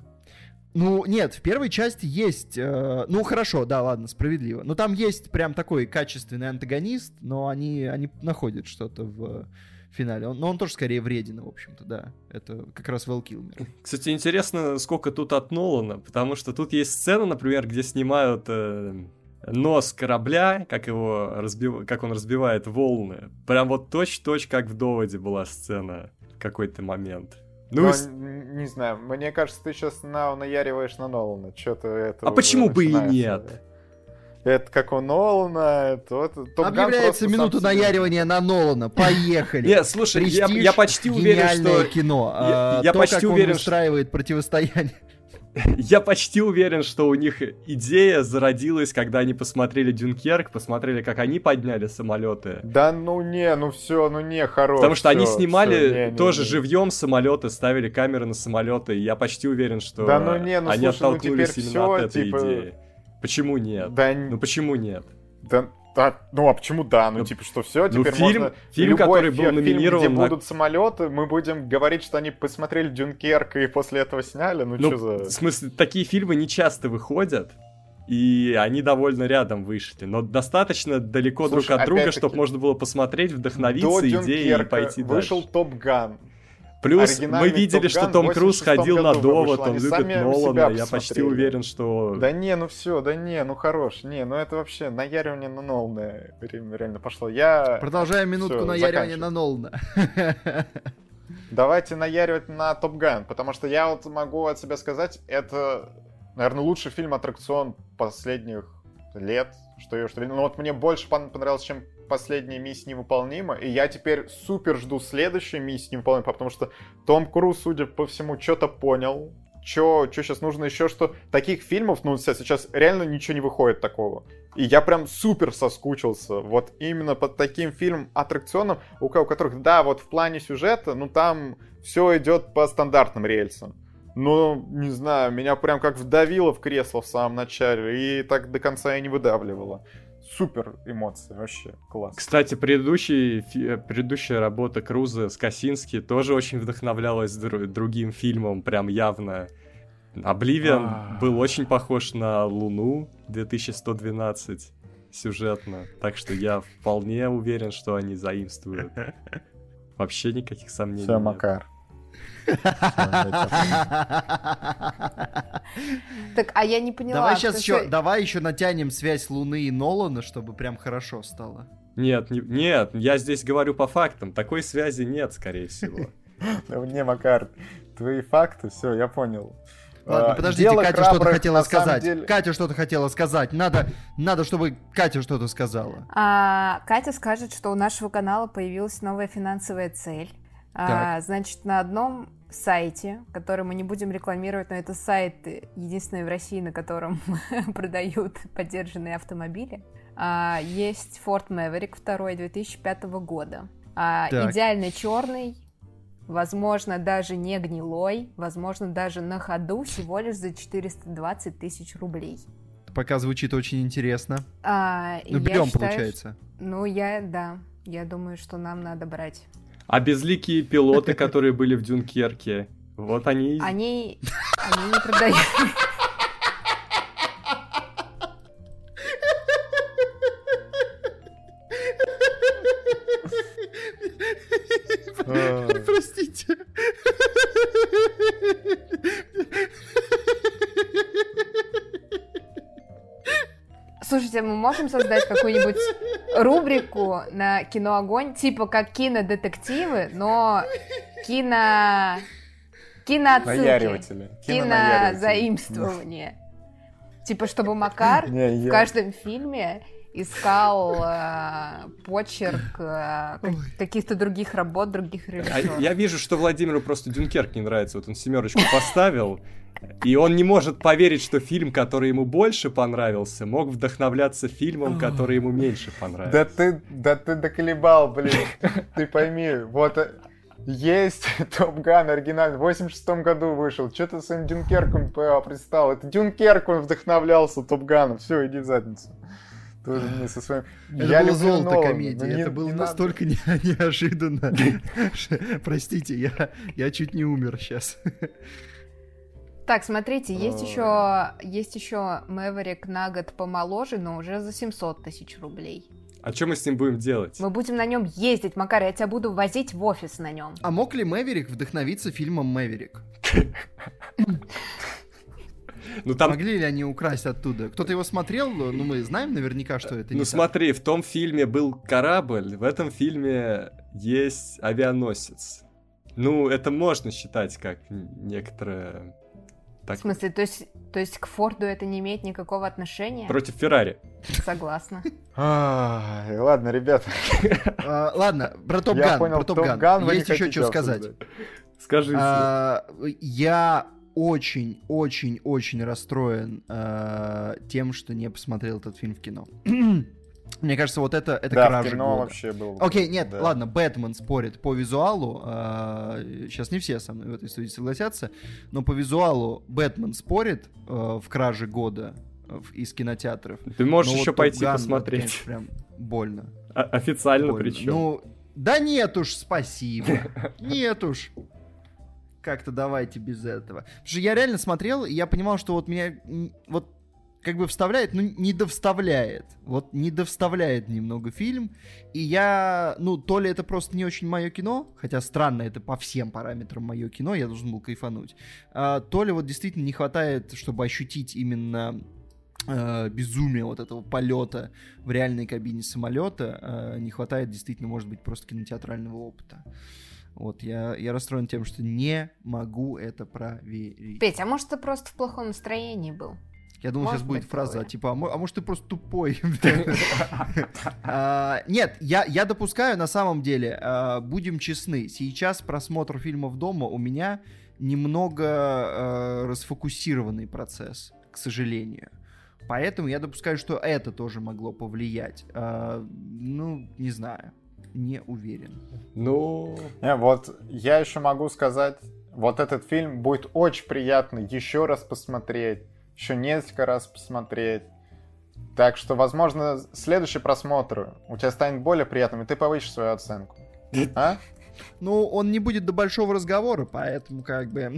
Ну, нет, в первой части есть... э, ну, хорошо, да, ладно, справедливо. Но там есть прям такой качественный антагонист, но они, они находят что-то в финале. Он, но он тоже скорее вреден, в общем-то, да. Это как раз Вэл Килмер. Кстати, интересно, сколько тут от Нолана, потому что тут есть сцена, например, где снимают э, нос корабля, как, его разбив... как он разбивает волны. Прям вот точь-точь, как в «Доводе» была сцена в какой-то момент. Ну, Но, и с- н- не знаю, мне кажется, ты сейчас на, наяриваешь на Нолана. Что-то это А уже почему бы и начинается. нет? Это как у Нолана, это... это Топ Ган Объявляется просто минута сам себе- наяривания на Нолана. Поехали. Нет, слушай, я, Престиж, я почти уверен, гениальное что... кино. Я- А, я то, почти как он уверен, что- устраивает противостояние. Я почти уверен, что у них идея зародилась, когда они посмотрели «Дюнкерк», посмотрели, как они подняли самолеты. Да ну не, ну все, ну не, хорош. Потому что они всё, снимали всё, не, не, тоже не. живьем самолеты, ставили камеры на самолеты, и я почти уверен, что Да ну не, ну они слушай, ну оттолкнулись теперь именно всё, от этой типа, идеи. Почему нет? Да, Ну почему нет? да, Да, ну а почему да? Ну, Ну, типа, что все, ну, теперь фильм- можно... фильм, любой который фи- был фильм, номинирован где на- будут самолеты, мы будем говорить, что они посмотрели Дюнкерк и после этого сняли? Ну, Ну, что за... в смысле, такие фильмы не часто выходят, и они довольно рядом вышли, но достаточно далеко Слушай, друг от друга, опять-таки, чтобы можно было посмотреть, вдохновиться До идеей и Дюнкерка пойти вышел дальше. Топ Ган. Плюс мы оригинальный видели, Топ что Ган Том в Круз восемьдесят шестом ходил на году довод, вышел. он Они любит сами у Нолана, себя я почти посмотрели. уверен, что... Да не, ну все, да не, ну хорош, не, ну это вообще наяривание на Нолана ре- реально пошло. Я... Продолжаем минутку Всё, наяривания заканчиваю. на Нолана. Давайте наяривать на Топ Ган, потому что я вот могу от себя сказать, это, наверное, лучший фильм-аттракцион последних лет, что я что ли. Ну вот мне больше пон- понравился, чем последняя «Миссия невыполнима», и я теперь супер жду следующей «Миссии невыполнима», потому что Том Круз, судя по всему, что-то понял, что сейчас нужно еще, что таких фильмов, ну сейчас реально ничего не выходит такого. И я прям супер соскучился вот именно под таким фильм-аттракционом, у ко- у которых, да, вот в плане сюжета, ну там все идет по стандартным рельсам. Ну, не знаю, меня прям как вдавило в кресло в самом начале, и так до конца и не выдавливало. Супер эмоции, вообще класс. Кстати, предыдущий, фи- предыдущая работа Круза с Косински тоже очень вдохновлялась дру- другим фильмом, прям явно. Обливион А. был очень похож на Луну две тысячи сто двенадцать сюжетно, так что я вполне уверен, что они заимствуют. Вообще никаких сомнений Все, нет. Макар. Так, а я не поняла. Давай что сейчас еще, что- давай еще натянем связь Луны и Нолана, чтобы прям хорошо стало. Нет, не- нет, я здесь говорю по фактам, такой связи нет, скорее всего. Да не, Макар, твои факты, все, я понял. Ладно, А, подождите, дело Катя что-то храбрых, хотела на самом сказать. деле- Катя что-то хотела сказать. Надо, надо, чтобы Катя что-то сказала. А, Катя скажет, что у нашего канала появилась новая финансовая цель. А, значит, на одном сайте, который мы не будем рекламировать, но это сайт единственный в России, на котором продают подержанные автомобили, а, есть Ford Maverick два две тысячи пятого года. А, Так. идеально черный, возможно, даже не гнилой, возможно, даже на ходу, всего лишь за четыреста двадцать тысяч рублей. Пока звучит очень интересно. А, и Ну, я берем, считаю, получается. Ну, я, да, я думаю, что нам надо брать. А безликие пилоты, которые были в Дюнкерке, вот они... Они, они не продают. Простите. Слушайте, мы можем создать какую-нибудь рубрику на Кино Огонь, типа как кинодетективы, но кино... киноотсылки, Наяриватели. Кинонаяриватели. кинозаимствование. Типа, чтобы Макар Не, в я- каждом фильме искал э, почерк э, как- каких-то других работ, других А режиссеров. я вижу, что Владимиру просто Дюнкерк не нравится. Вот он семерочку поставил, и он не может поверить, что фильм, который ему больше понравился, мог вдохновляться фильмом, который ему меньше понравился. Да ты, да ты доколебал, блин. Ты пойми, вот э, есть Топ Ган оригинальный, в восемьдесят шестом году вышел. Че ты своим Дюнкерком п- пристал? Это Дюнкерк, он вдохновлялся Топ Ганом. Все, иди в задницу. Тоже мне со своим... Это Я было люблю золото Нолана, комедии. но не- Это было не надо. настолько не- неожиданно. Простите, я, я чуть не умер сейчас. Так, смотрите, есть Ой. еще, есть еще Мэверик на год помоложе, но уже за семьсот тысяч рублей. А что мы с ним будем делать? Мы будем на нем ездить, Макар, я тебя буду возить в офис на нем. А мог ли Мэверик вдохновиться фильмом Мэверик? Ну там, Могли ли они украсть оттуда? Кто-то его смотрел? Ну, мы знаем наверняка, что это не ну так. смотри, в том фильме был корабль, в этом фильме есть авианосец. Ну, это можно считать как некоторое... Так, В смысле, то есть, то есть к Форду это не имеет никакого отношения? против Феррари. Согласна. Ай, ладно, ребята. А, ладно, про Топ Я Ган. понял, Про Топ Топ Ган. Ган вы не Есть еще хотите что сказать. обсуждать. Скажите. А, я очень-очень-очень расстроен а, тем, что не посмотрел этот фильм в кино. Мне кажется, вот это, это Да, в кража кино года. вообще был. Окей, нет, да. ладно, Бэтмен спорит по визуалу. а, сейчас не все со мной в этой студии согласятся, но по визуалу Бэтмен спорит а, в краже года а, в- из кинотеатров. Ты можешь Но еще вот пойти Топ Ган, посмотреть. это, конечно, прям больно. А- официально больно. причем. Ну, да нет уж, спасибо. Нет уж. Как-то давайте без этого. Потому что я реально смотрел, и я понимал, что вот меня м, вот как бы вставляет, но не довставляет. Вот не довставляет немного фильм. И я, ну, то ли это просто не очень мое кино, хотя странно, это по всем параметрам мое кино, я должен был кайфануть. А, то ли вот действительно не хватает, чтобы ощутить именно э, безумие вот этого полета в реальной кабине самолета. Э, не хватает действительно, может быть, просто кинотеатрального опыта. Вот, я, я расстроен тем, что не могу это проверить. Петь, а может, ты просто в плохом настроении был? Я думал, Может сейчас будет быть, фраза, такое. типа, а мо- а может, ты просто тупой? А, Нет, я я допускаю, на самом деле, а, будем честны, сейчас просмотр фильмов дома у меня немного а, расфокусированный процесс, к сожалению. Поэтому я допускаю, что это тоже могло повлиять. А, Ну, не знаю, не уверен. Ну, Не, вот я еще могу сказать, вот этот фильм будет очень приятно еще раз посмотреть, еще несколько раз посмотреть. Так что, возможно, следующий просмотр у тебя станет более приятным, и ты повысишь свою оценку. А? Ну, он не будет до большого разговора, поэтому как бы...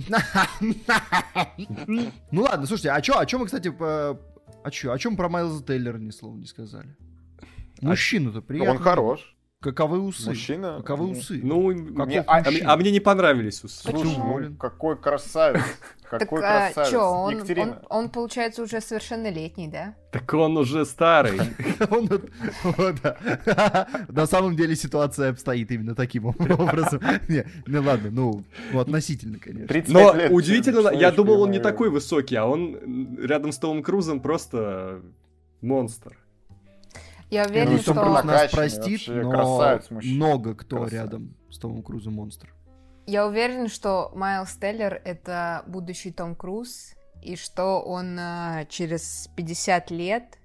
Ну ладно, слушайте, а чё, а чё мы, кстати, по... А чё, о чем про Майлза Тейлора ни слова не сказали? Мужчину-то приятно. Он хорош. Каковы усы? Мужчина. Каковы усы? ну, Каков не, а, мужчина? а мне не понравились усы. Слушай, Почему? ну какой красавец. Какой так, а, красавец. чё, он, он, Екатерина. он, получается, уже совершеннолетний, да? Так он уже старый. Он тут- вот, да. На самом деле ситуация обстоит именно таким образом. Не, Ну ладно, ну, ну, относительно, конечно. тридцать Но пять лет удивительно, я человечку думал, он не ему- такой высокий, а он м, рядом с Томом Крузом просто монстр. Я Ну, уверен, Ну, Том что... Круз нас накачанный, простит, вообще но красавец мужчина. много кто Красавец. рядом с Томом Крузом монстр. Я уверен, что Майлз Теллер — это будущий Том Круз, и что он э, через пятьдесят лет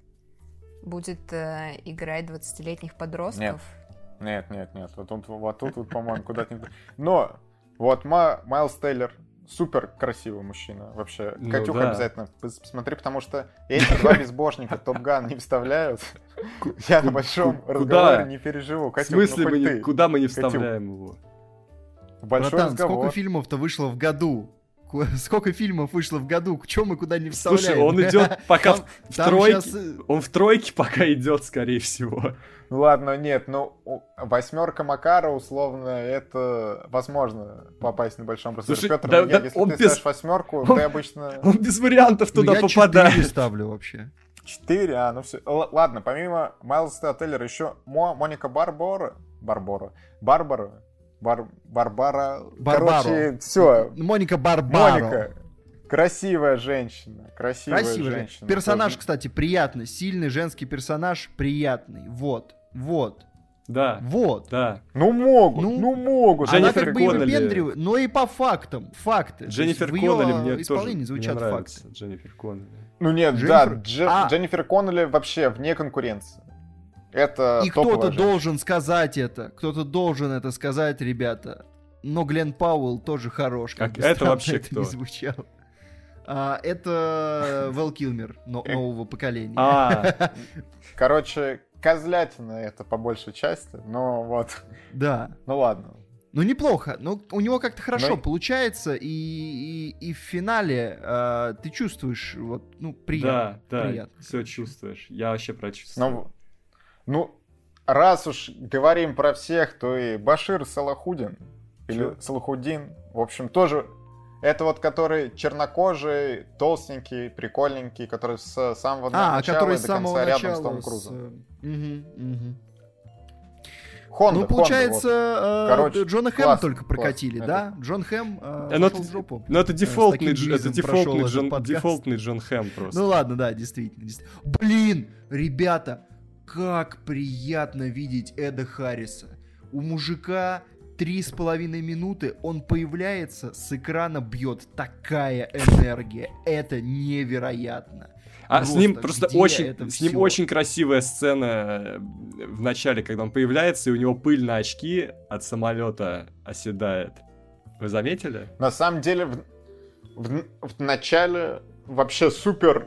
будет э, играть двадцатилетних подростков. Нет, нет, нет. Вот тут, вот тут, вот, по-моему, куда-то не... Но вот Ма- Майлз Тейлор супер красивый мужчина. Вообще, Ну Катюха да. обязательно пос- посмотри, потому что эти два безбожника Топ Ган не вставляют. Я на большом куда? разговоре не переживу. В Катюх, смысле, ну мы хоть не- ты. куда мы не Катюх. вставляем его? Большой Братан, разговор. сколько фильмов-то вышло в году? Ку- Сколько фильмов вышло в году? К чему мы куда не Слушай, вставляем? он идет пока Там- в там тройке. щас, э, Он в тройке пока идет, скорее всего. Ну ладно, нет, ну у- восьмерка Макара, условно, это возможно попасть на большом разговоре. Слушай, Петр, да- ну, я- да если он ты без- ставишь восьмерку, он- ты обычно Он без вариантов ну, туда я четыре попадает. ставлю вообще. четыре, а, ну все. Ладно, помимо Майлза Теллера еще Мо- Моника Барбора, Барбора, Барбара, Бар, Барбара, Барбаро. короче, все. Моника Барбаро. Моника, красивая женщина, красивая Красивый же. женщина. Персонаж, Тоже. кстати, приятный. Сильный женский персонаж, приятный. Вот. Вот. Да, Вот. да. Ну могут, Ну, ну, могут. Она Дженнифер как бы и Коннелли. выпендривает, но и по фактам. Факты. То есть Дженнифер в её Коннелли мне тоже исполнении мне звучат нравится. факты. Дженнифер Коннелли. Ну нет, Дженнифер- да, Дже- А. Дженнифер Коннелли вообще вне конкуренции. Это И топовая кто-то женщина. должен сказать это. Кто-то должен это сказать, ребята. Но Глен Пауэлл тоже хорош. Как бы это странно вообще это кто? не звучало. А, это Вэл Килмер но- нового поколения. А, Короче, козлятина это по большей части, но вот, Да. ну ладно. Ну, неплохо. Ну, у него как-то хорошо Ну, получается, и, и, и в финале э, ты чувствуешь, вот, ну, приятно. да, да, приятно, все короче. чувствуешь. Я вообще прочувствовал. Ну, ну, раз уж говорим про всех, то и Башир Салахудин, или Чё? Салахудин, в общем, тоже, это вот который чернокожий, толстенький, прикольненький, который с самого А, начала который и с до самого конца рядом начала. с Томом с, Крузом. э, мгм, мгм. Хонда, Ну, Хонда, получается, вот. э, Короче, Джона Хэма класс, только класс. прокатили, Это- да? Джон Хэм э, Э, ну, пошел это- в жопу. Ну это Э, с дефолтный, таким Дж- девизом это прошел дефолтный, этот Джон, подкаст. дефолтный Джон Хэм просто. Ну ладно, да, действительно, действительно. Блин, ребята, как приятно видеть Эда Харриса. У мужика три с половиной минуты, он появляется, с экрана бьет такая энергия. Это невероятно. А с ним Просто просто где очень, это с ним всё? очень красивая сцена э, в начале, когда он появляется, и у него пыль на очки от самолета оседает. Вы заметили? На самом деле, в, в- в начале вообще супер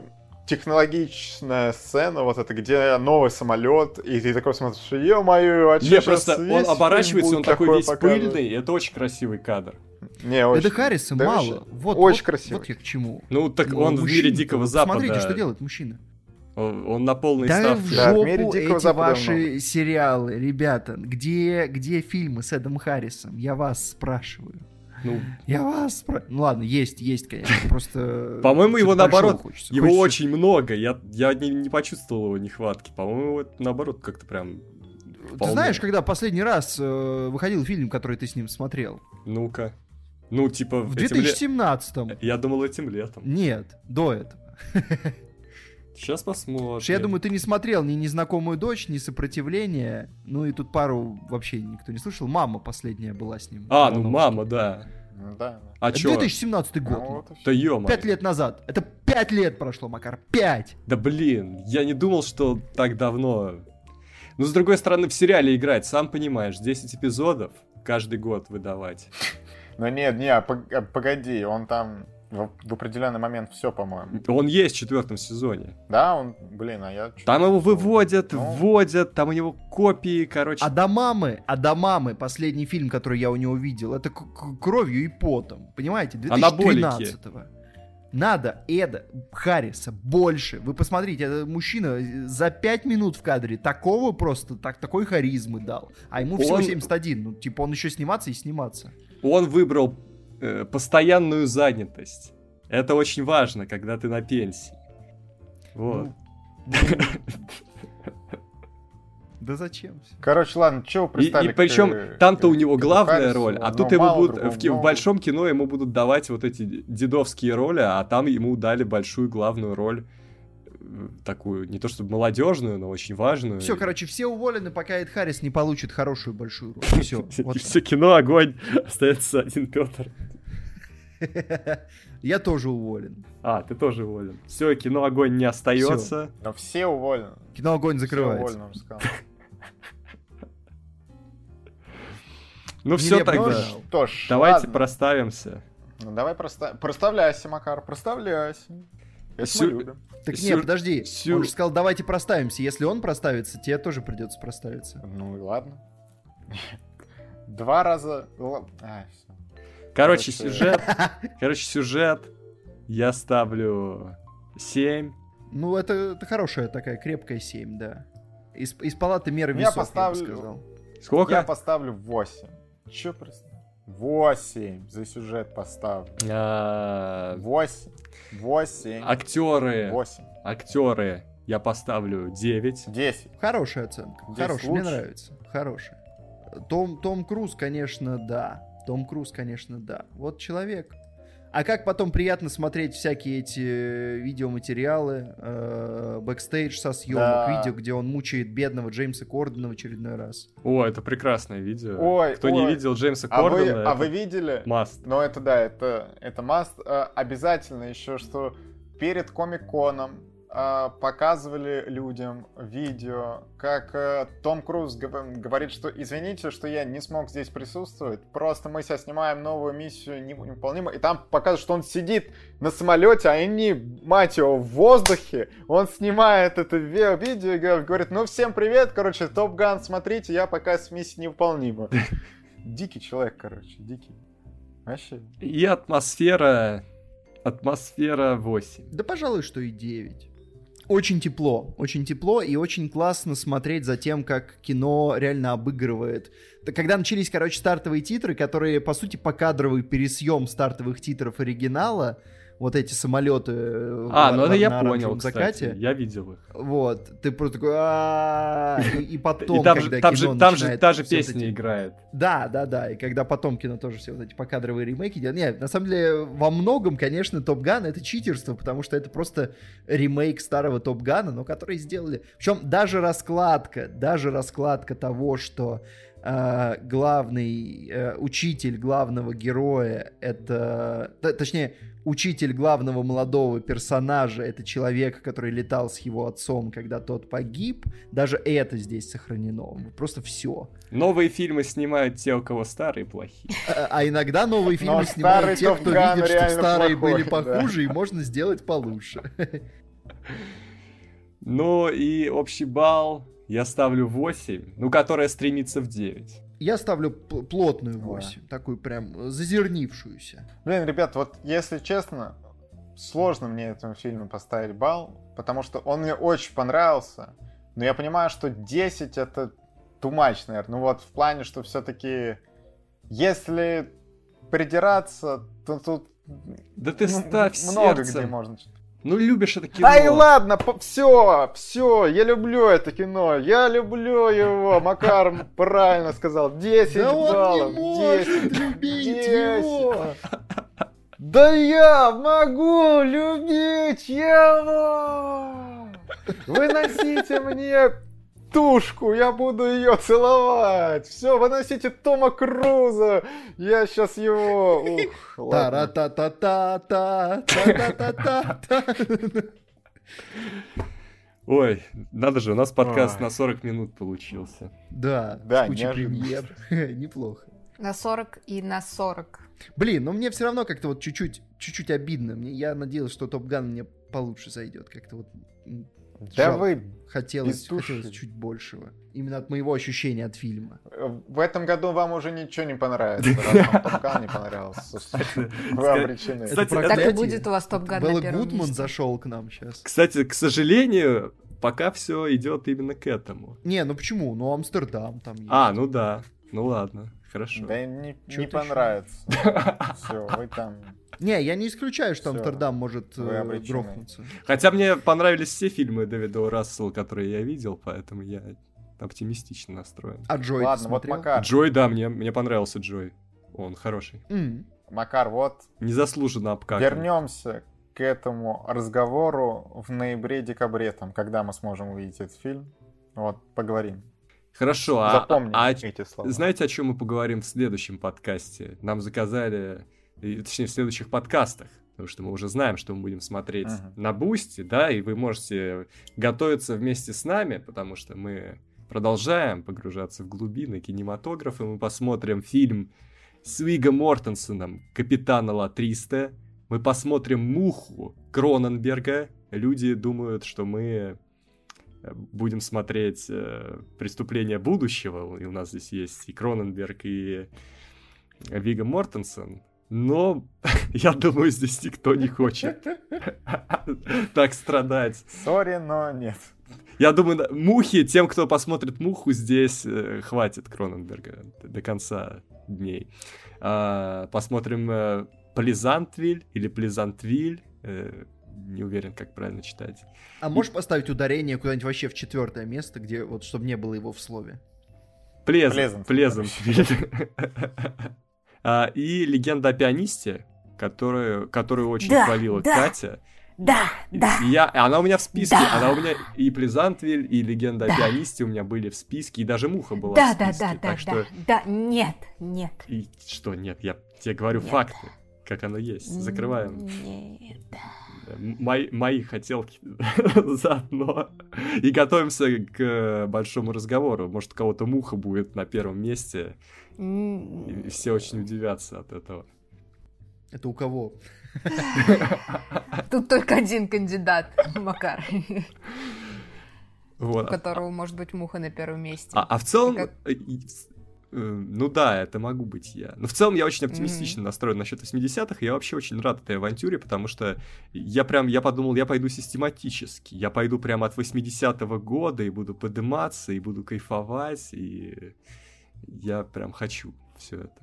технологичная сцена, вот это, где новый самолет, и ты такой смотришь, ё-моё, а Не, чё просто сейчас он весь оборачивается, и фильм он будет такой такое весь показывать? пыльный, и это очень красивый кадр. Не, очень. Это Харриса Да мало. вообще, Вот, очень вот, красиво. Вот я к чему. Ну, так Ну, он в мире мужчина-то, Дикого вы Запада. Смотрите, что делает мужчина. Он, он на полной Да в ставке. Да, в жопу мире Дикого эти Запада ваши много. сериалы, ребята. Где, где фильмы с Эдом Харрисом? Я вас спрашиваю. Ну, Я вас спрашиваю. Ну ладно, есть, есть, конечно. Просто... по-моему, его что-то большого наоборот, хочется. его Хочется- очень много. Я, я не, не почувствовал его нехватки. По-моему, это наоборот как-то прям... Ты вполне. знаешь, когда последний раз э, выходил фильм, который ты с ним смотрел? Ну-ка. Ну, типа... В этим две тысячи семнадцатом. ле- Я думал, этим летом. Нет, до этого. Сейчас посмотрим. Потому что я думаю, ты не смотрел ни «Незнакомую дочь», ни «Сопротивление». Ну и тут пару вообще никто не слышал. «Мама» последняя была с ним. А, ну Волновский. мама, да. Ну да. А Это чё? две тысячи семнадцатый год. Ну, вот и всё. Да ё-моё. Пять лет назад. Это пять лет прошло, Макар. Пять! Да блин, я не думал, что так давно. Ну, с другой стороны, в сериале играть, сам понимаешь, десять эпизодов каждый год выдавать. Ну нет, не, а пог- а погоди, он там в, в определенный момент все, по-моему. Он есть в четвертом сезоне. Да, он, блин, а я... чё- Там его выводят, Ну. вводят, там у него копии, короче. А до мамы, а до мамы, последний фильм, который я у него видел, это к- к- кровью и потом. Понимаете? две тысячи тринадцатого. Надо Эда Харриса больше. Вы посмотрите, этот мужчина за пять минут в кадре такого просто, так, такой харизмы дал. А ему всего Он- семьдесят один. Ну, типа, он еще сниматься и сниматься. Он выбрал э, постоянную занятость. Это очень важно, когда ты на пенсии. Вот. Да зачем? Короче, ладно, что вы И, пристали и причем к- там-то у к- него к главная Харрису? роль, а Ну, тут ему мало будут другого, в, ки- в много. большом кино ему будут давать вот эти дедовские роли, а там ему дали большую главную роль, э, такую, не то чтобы молодежную, но очень важную. Все, короче, все уволены, пока Эд Харрис не получит хорошую большую роль. Все. И все кино огонь, остается один Петр. Я тоже уволен. А, ты тоже уволен. Все, кино огонь не остается. Но все уволены. Кино огонь Все закрывается. уволены, он же сказал. Ну все Нелепо, тогда. но Что ж, Давайте ладно. проставимся. Ну, давай проста... проставляйся, Макар, проставляйся. Это Сю- мы любим. Так Сю- не, подожди. сю- Он же сказал, давайте проставимся. Если он проставится, тебе тоже придется проставиться. Ну и ладно. Два раза... Л- А, всё. Короче, Короче. сюжет. Короче, сюжет. Я ставлю семь. Ну, это, это хорошая такая крепкая семь, да. Из, из палаты меры Я весов, поставлю- я бы сказал. Сколько? Я поставлю восемь. Че просто? восемь. За сюжет поставлю. А, восемь. восемь. Актеры. восемь. Актеры. Я поставлю девять. десять. Хорошая оценка. Здесь Хорошая, мне лучше. нравится. Хорошая. Том, Том Круз, конечно, да. Том Круз, конечно, да. Вот человек. А как потом приятно смотреть всякие эти э, видеоматериалы, э, бэкстейдж со съемок, Да. видео, где он мучает бедного Джеймса Кордена в очередной раз. О, это прекрасное видео. Ой, Кто не ой. видел Джеймса А вы, Кордена, а это вы видели? must. Ну, это да, это, это must. А, обязательно еще, что перед Комик-Коном а, показывали людям видео, как а, Том Круз гов- говорит, что извините, что я не смог здесь присутствовать, просто мы сейчас снимаем новую миссию невыполнима, и там показывают, что он сидит на самолете, а они, мать его, в воздухе, он снимает это ви- видео и гов- говорит, ну всем привет, короче, Топ Ган, смотрите, я пока с миссией невыполнима. Дикий человек, короче, дикий. Вообще. И атмосфера... Атмосфера восемь. Да, пожалуй, что и девять. Очень тепло, очень тепло, и очень классно смотреть за тем, как кино реально обыгрывает. Т- Когда начались, короче, стартовые титры, которые, по сути, покадровый пересъем стартовых титров оригинала, вот эти самолеты э, А, в- ну это на я оранжевом понял, кстати. закате. Я видел их. Вот, ты просто такой, «А-а-а», и и потом, И там когда же, там кино же, там же начинает та же все вот песня эти- играет. Да, да, да. И когда потом кино тоже все вот эти покадровые ремейки делают. Нет, на самом деле, во многом, конечно, Топ Ган это читерство, потому что это просто ремейк старого Топ Гана, но который сделали. Причем даже раскладка, даже раскладка того, что э, главный э, учитель главного героя это. т- Точнее, учитель главного молодого персонажа это человек, который летал с его отцом, когда тот погиб. Даже это здесь сохранено. Просто все. Новые фильмы снимают те, у кого старые плохие. А, а иногда новые фильмы Но снимают старый те, Топ кто Ган видит, что реально старые плохой, были да. похуже, и можно сделать получше. Ну и общий балл я ставлю восемь, ну, которая стремится в девять. Я ставлю п- плотную восемь, Ой. такую прям зазернившуюся. Блин, ребят, вот если честно, сложно мне этому фильму поставить балл, потому что он мне очень понравился, но я понимаю, что десять это too much, наверное. Ну вот в плане, что все-таки, если придираться, то тут да ты ну, ставь много сердцем. где можно. Ну, любишь это кино. Ай, ладно, по- все, все, я люблю это кино, я люблю его. Макар правильно сказал, десять да баллов. Он не может десять, любить десять. его. Да я могу любить его. Выносите мне тушку, я буду ее целовать. Все, выносите Тома Круза. Я сейчас его... Ух, ладно. Та-ра-та-та-та-та-та-та-та-та. Ой, надо же, у нас подкаст Ой. на сорок минут получился. Да, Да, с кучей неожиданно. премьер. Неплохо. На сорок и на сорок. Блин, ну мне все равно как-то вот чуть-чуть, чуть-чуть обидно. Мне, я надеялся, что Топ Ган мне получше зайдет. Как-то вот м, Да жалко. вы... хотелось, без души. хотелось чуть большего. Именно от моего ощущения от фильма. В этом году вам уже ничего не понравится. Раз вам Топ Ган не понравился. Слушайте, вы обречены. Кстати, Это Так и проклятие. будет у вас Топ Ган на Белла первом Гудман месте. зашел к нам сейчас. Кстати, к сожалению, пока все идет именно к этому. Не, ну почему? Ну Амстердам там есть. А, ну да. Ну ладно, хорошо. Да им не, Чё не ты ещё? понравится. Все, вы там... Не, я не исключаю, что Всё. Амстердам может Вы э, обречены. грохнуться. Хотя мне понравились все фильмы Дэвида О. Рассела, которые я видел, поэтому я оптимистично настроен. А Джой ты Ладно, вот смотрел? Макар. Джой, да, мне, мне понравился Джой. Он хороший. М. Макар, вот Незаслуженно обкакан. вернемся к этому разговору в ноябре-декабре, там, когда мы сможем увидеть этот фильм. Вот, поговорим. Хорошо, а, Запомни а эти слова. знаете, о чем мы поговорим в следующем подкасте? Нам заказали, и, точнее, в следующих подкастах, потому что мы уже знаем, что мы будем смотреть Мгм. на Бусти, да, и вы можете готовиться вместе с нами, потому что мы продолжаем погружаться в глубины кинематографа, мы посмотрим фильм с Виггом Мортенсеном «Капитана Ла-триста», мы посмотрим «Муху» Кроненберга. Люди думают, что мы будем смотреть э, «Преступление будущего», и у нас здесь есть и Кроненберг, и Вигго Мортенсен, но я думаю, здесь никто не хочет так страдать. Сори, но нет. Я думаю, на- мухи, тем, кто посмотрит «Муху», здесь э, хватит Кроненберга до конца дней. А, посмотрим э, «Плезантвиль» или «Плезантвиль», э, не уверен, как правильно читать. А можешь поставить ударение куда-нибудь вообще в четвертое место, где вот, чтобы не было его в слове? Плезант. Плезант. Плезант. А, И «Легенда о пианисте», которую, которую очень Да, хвалила да. Катя. Да, И- да. и я, она у меня в списке, Да. она у меня и «Плезантвиль», и «Легенда Да. о пианисте» у меня были в списке, и даже «Муха» была Да, в да, списке. да, да, так что... да, да, нет, нет. И что, нет, я тебе говорю Нет. факты, как оно есть. Закрываем. Нет. М- Мои, мои хотелки заодно. И готовимся к большому разговору. Может, у кого-то «Муха» будет на первом месте, М, и все очень удивятся от этого. Это у кого? Тут только один кандидат, Макар, у Вот. которого может быть муха на первом месте. А, а в целом, Как- э, и- с- э, ну да, это могу быть я. Но в целом я очень оптимистично настроен насчет восьмидесятых. Я вообще очень рад этой авантюре, потому что я прям, я подумал, я пойду систематически. Я пойду прямо от восьмидесятого года и буду подниматься, и буду кайфовать, и я прям хочу все это.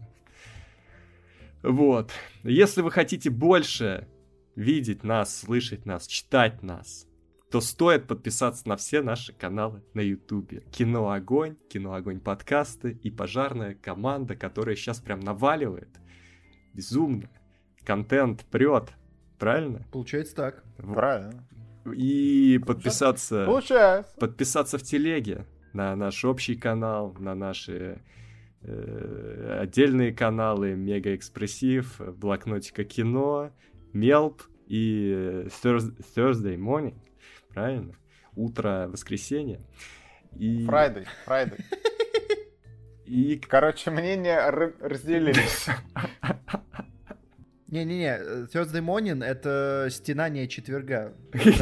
Вот. Если вы хотите больше видеть нас, слышать нас, читать нас, то стоит подписаться на все наши каналы на Ютубе. Кино Огонь, Кино Огонь подкасты и пожарная команда, которая сейчас прям наваливает. Безумно. Контент прет. Правильно? Получается так. Вот. Правильно. И подписаться, Получается. подписаться в телеге на наш общий канал, на наши э, отдельные каналы Мега Экспрессив, Блокнотика Кино, Мелп и э, Thurs- Thursday Morning. Правильно? Утро воскресенья. И, Фрайдей, Фрайдей. и Короче, мнения р- разделились. Не-не-не, Thursday Morning — это стенание четверга.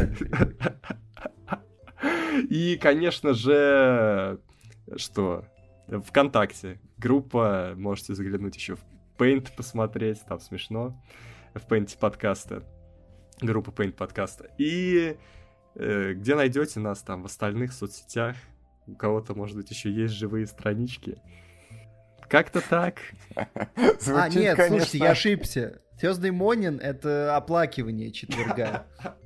И, конечно же, что? ВКонтакте. Группа, можете заглянуть еще в Paint посмотреть, там смешно. В Paint подкаста. Группа Paint подкаста. И э, где найдете нас там в остальных соцсетях. У кого-то, может быть, еще есть живые странички. Как-то так. Звучит, а, нет, конечно... слушайте, я ошибся. Thursday Morning — это оплакивание четверга.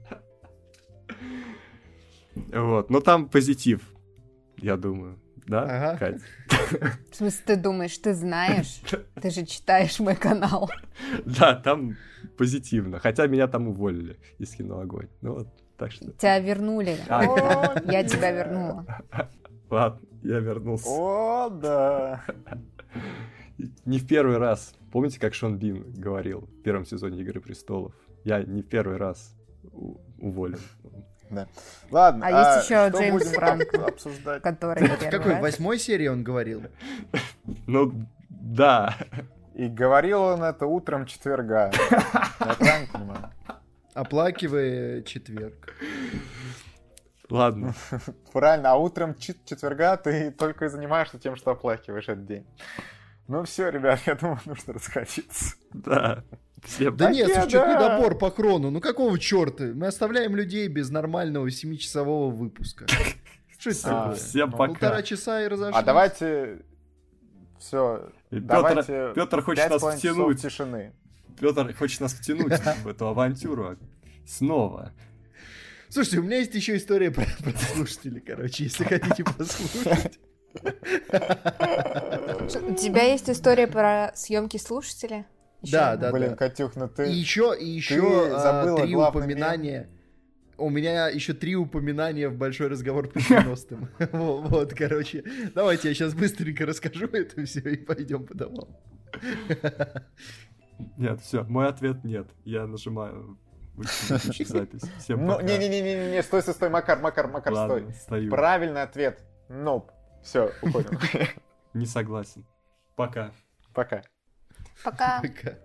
Вот, но там позитив, я думаю. Да, ага. Кать? В смысле, ты думаешь, ты знаешь? Ты же читаешь мой канал. Да, там позитивно. Хотя меня там уволили из кино «Огонь». Ну вот, так что... Тебя вернули. О, я тебя вернула. Ладно, я вернулся. О, да. Не в первый раз. Помните, как Шон Бин говорил в первом сезоне «Игры престолов»? Я не в первый раз у- уволен. Да. Ладно, а, а есть еще Джеймс Франко, обсуждать? который в какой, раз. восьмой серии он говорил? Ну, да. И говорил он это утром четверга. Я правильно понимаю? Оплакивая четверг. Ладно. Правильно, а утром четверга ты только и занимаешься тем, что оплакиваешь этот день. Ну все, ребят, я думаю, нужно расходиться. Да. Всем да нет, слушай, да. Недобор по хрону. Ну какого черта? Мы оставляем людей без нормального семичасового выпуска. Что это такое? Всем пока. Полтора часа и разошлись. А давайте... Все, давайте... Петр хочет нас втянуть. Тишины. Петр хочет нас втянуть в эту авантюру снова. Слушайте, у меня есть еще история про, про слушателей, короче, если хотите послушать. У тебя есть история про съемки слушателя? Еще да, одна. да, Блин, да. Катюх, ну ты... И еще, и еще а, три упоминания. Мем. У меня еще три упоминания в большой разговор по девяностым. Вот, короче. Давайте я сейчас быстренько расскажу это все и пойдем по домам. Нет, все, мой ответ нет. Я нажимаю выключить запись. Всем пока. Не-не-не, стой, стой, стой, Макар, Макар, Макар, Ладно, стой. Стою. Правильный ответ. Nope. Все, уходим. Не согласен. Пока. Пока. Пока. Пока.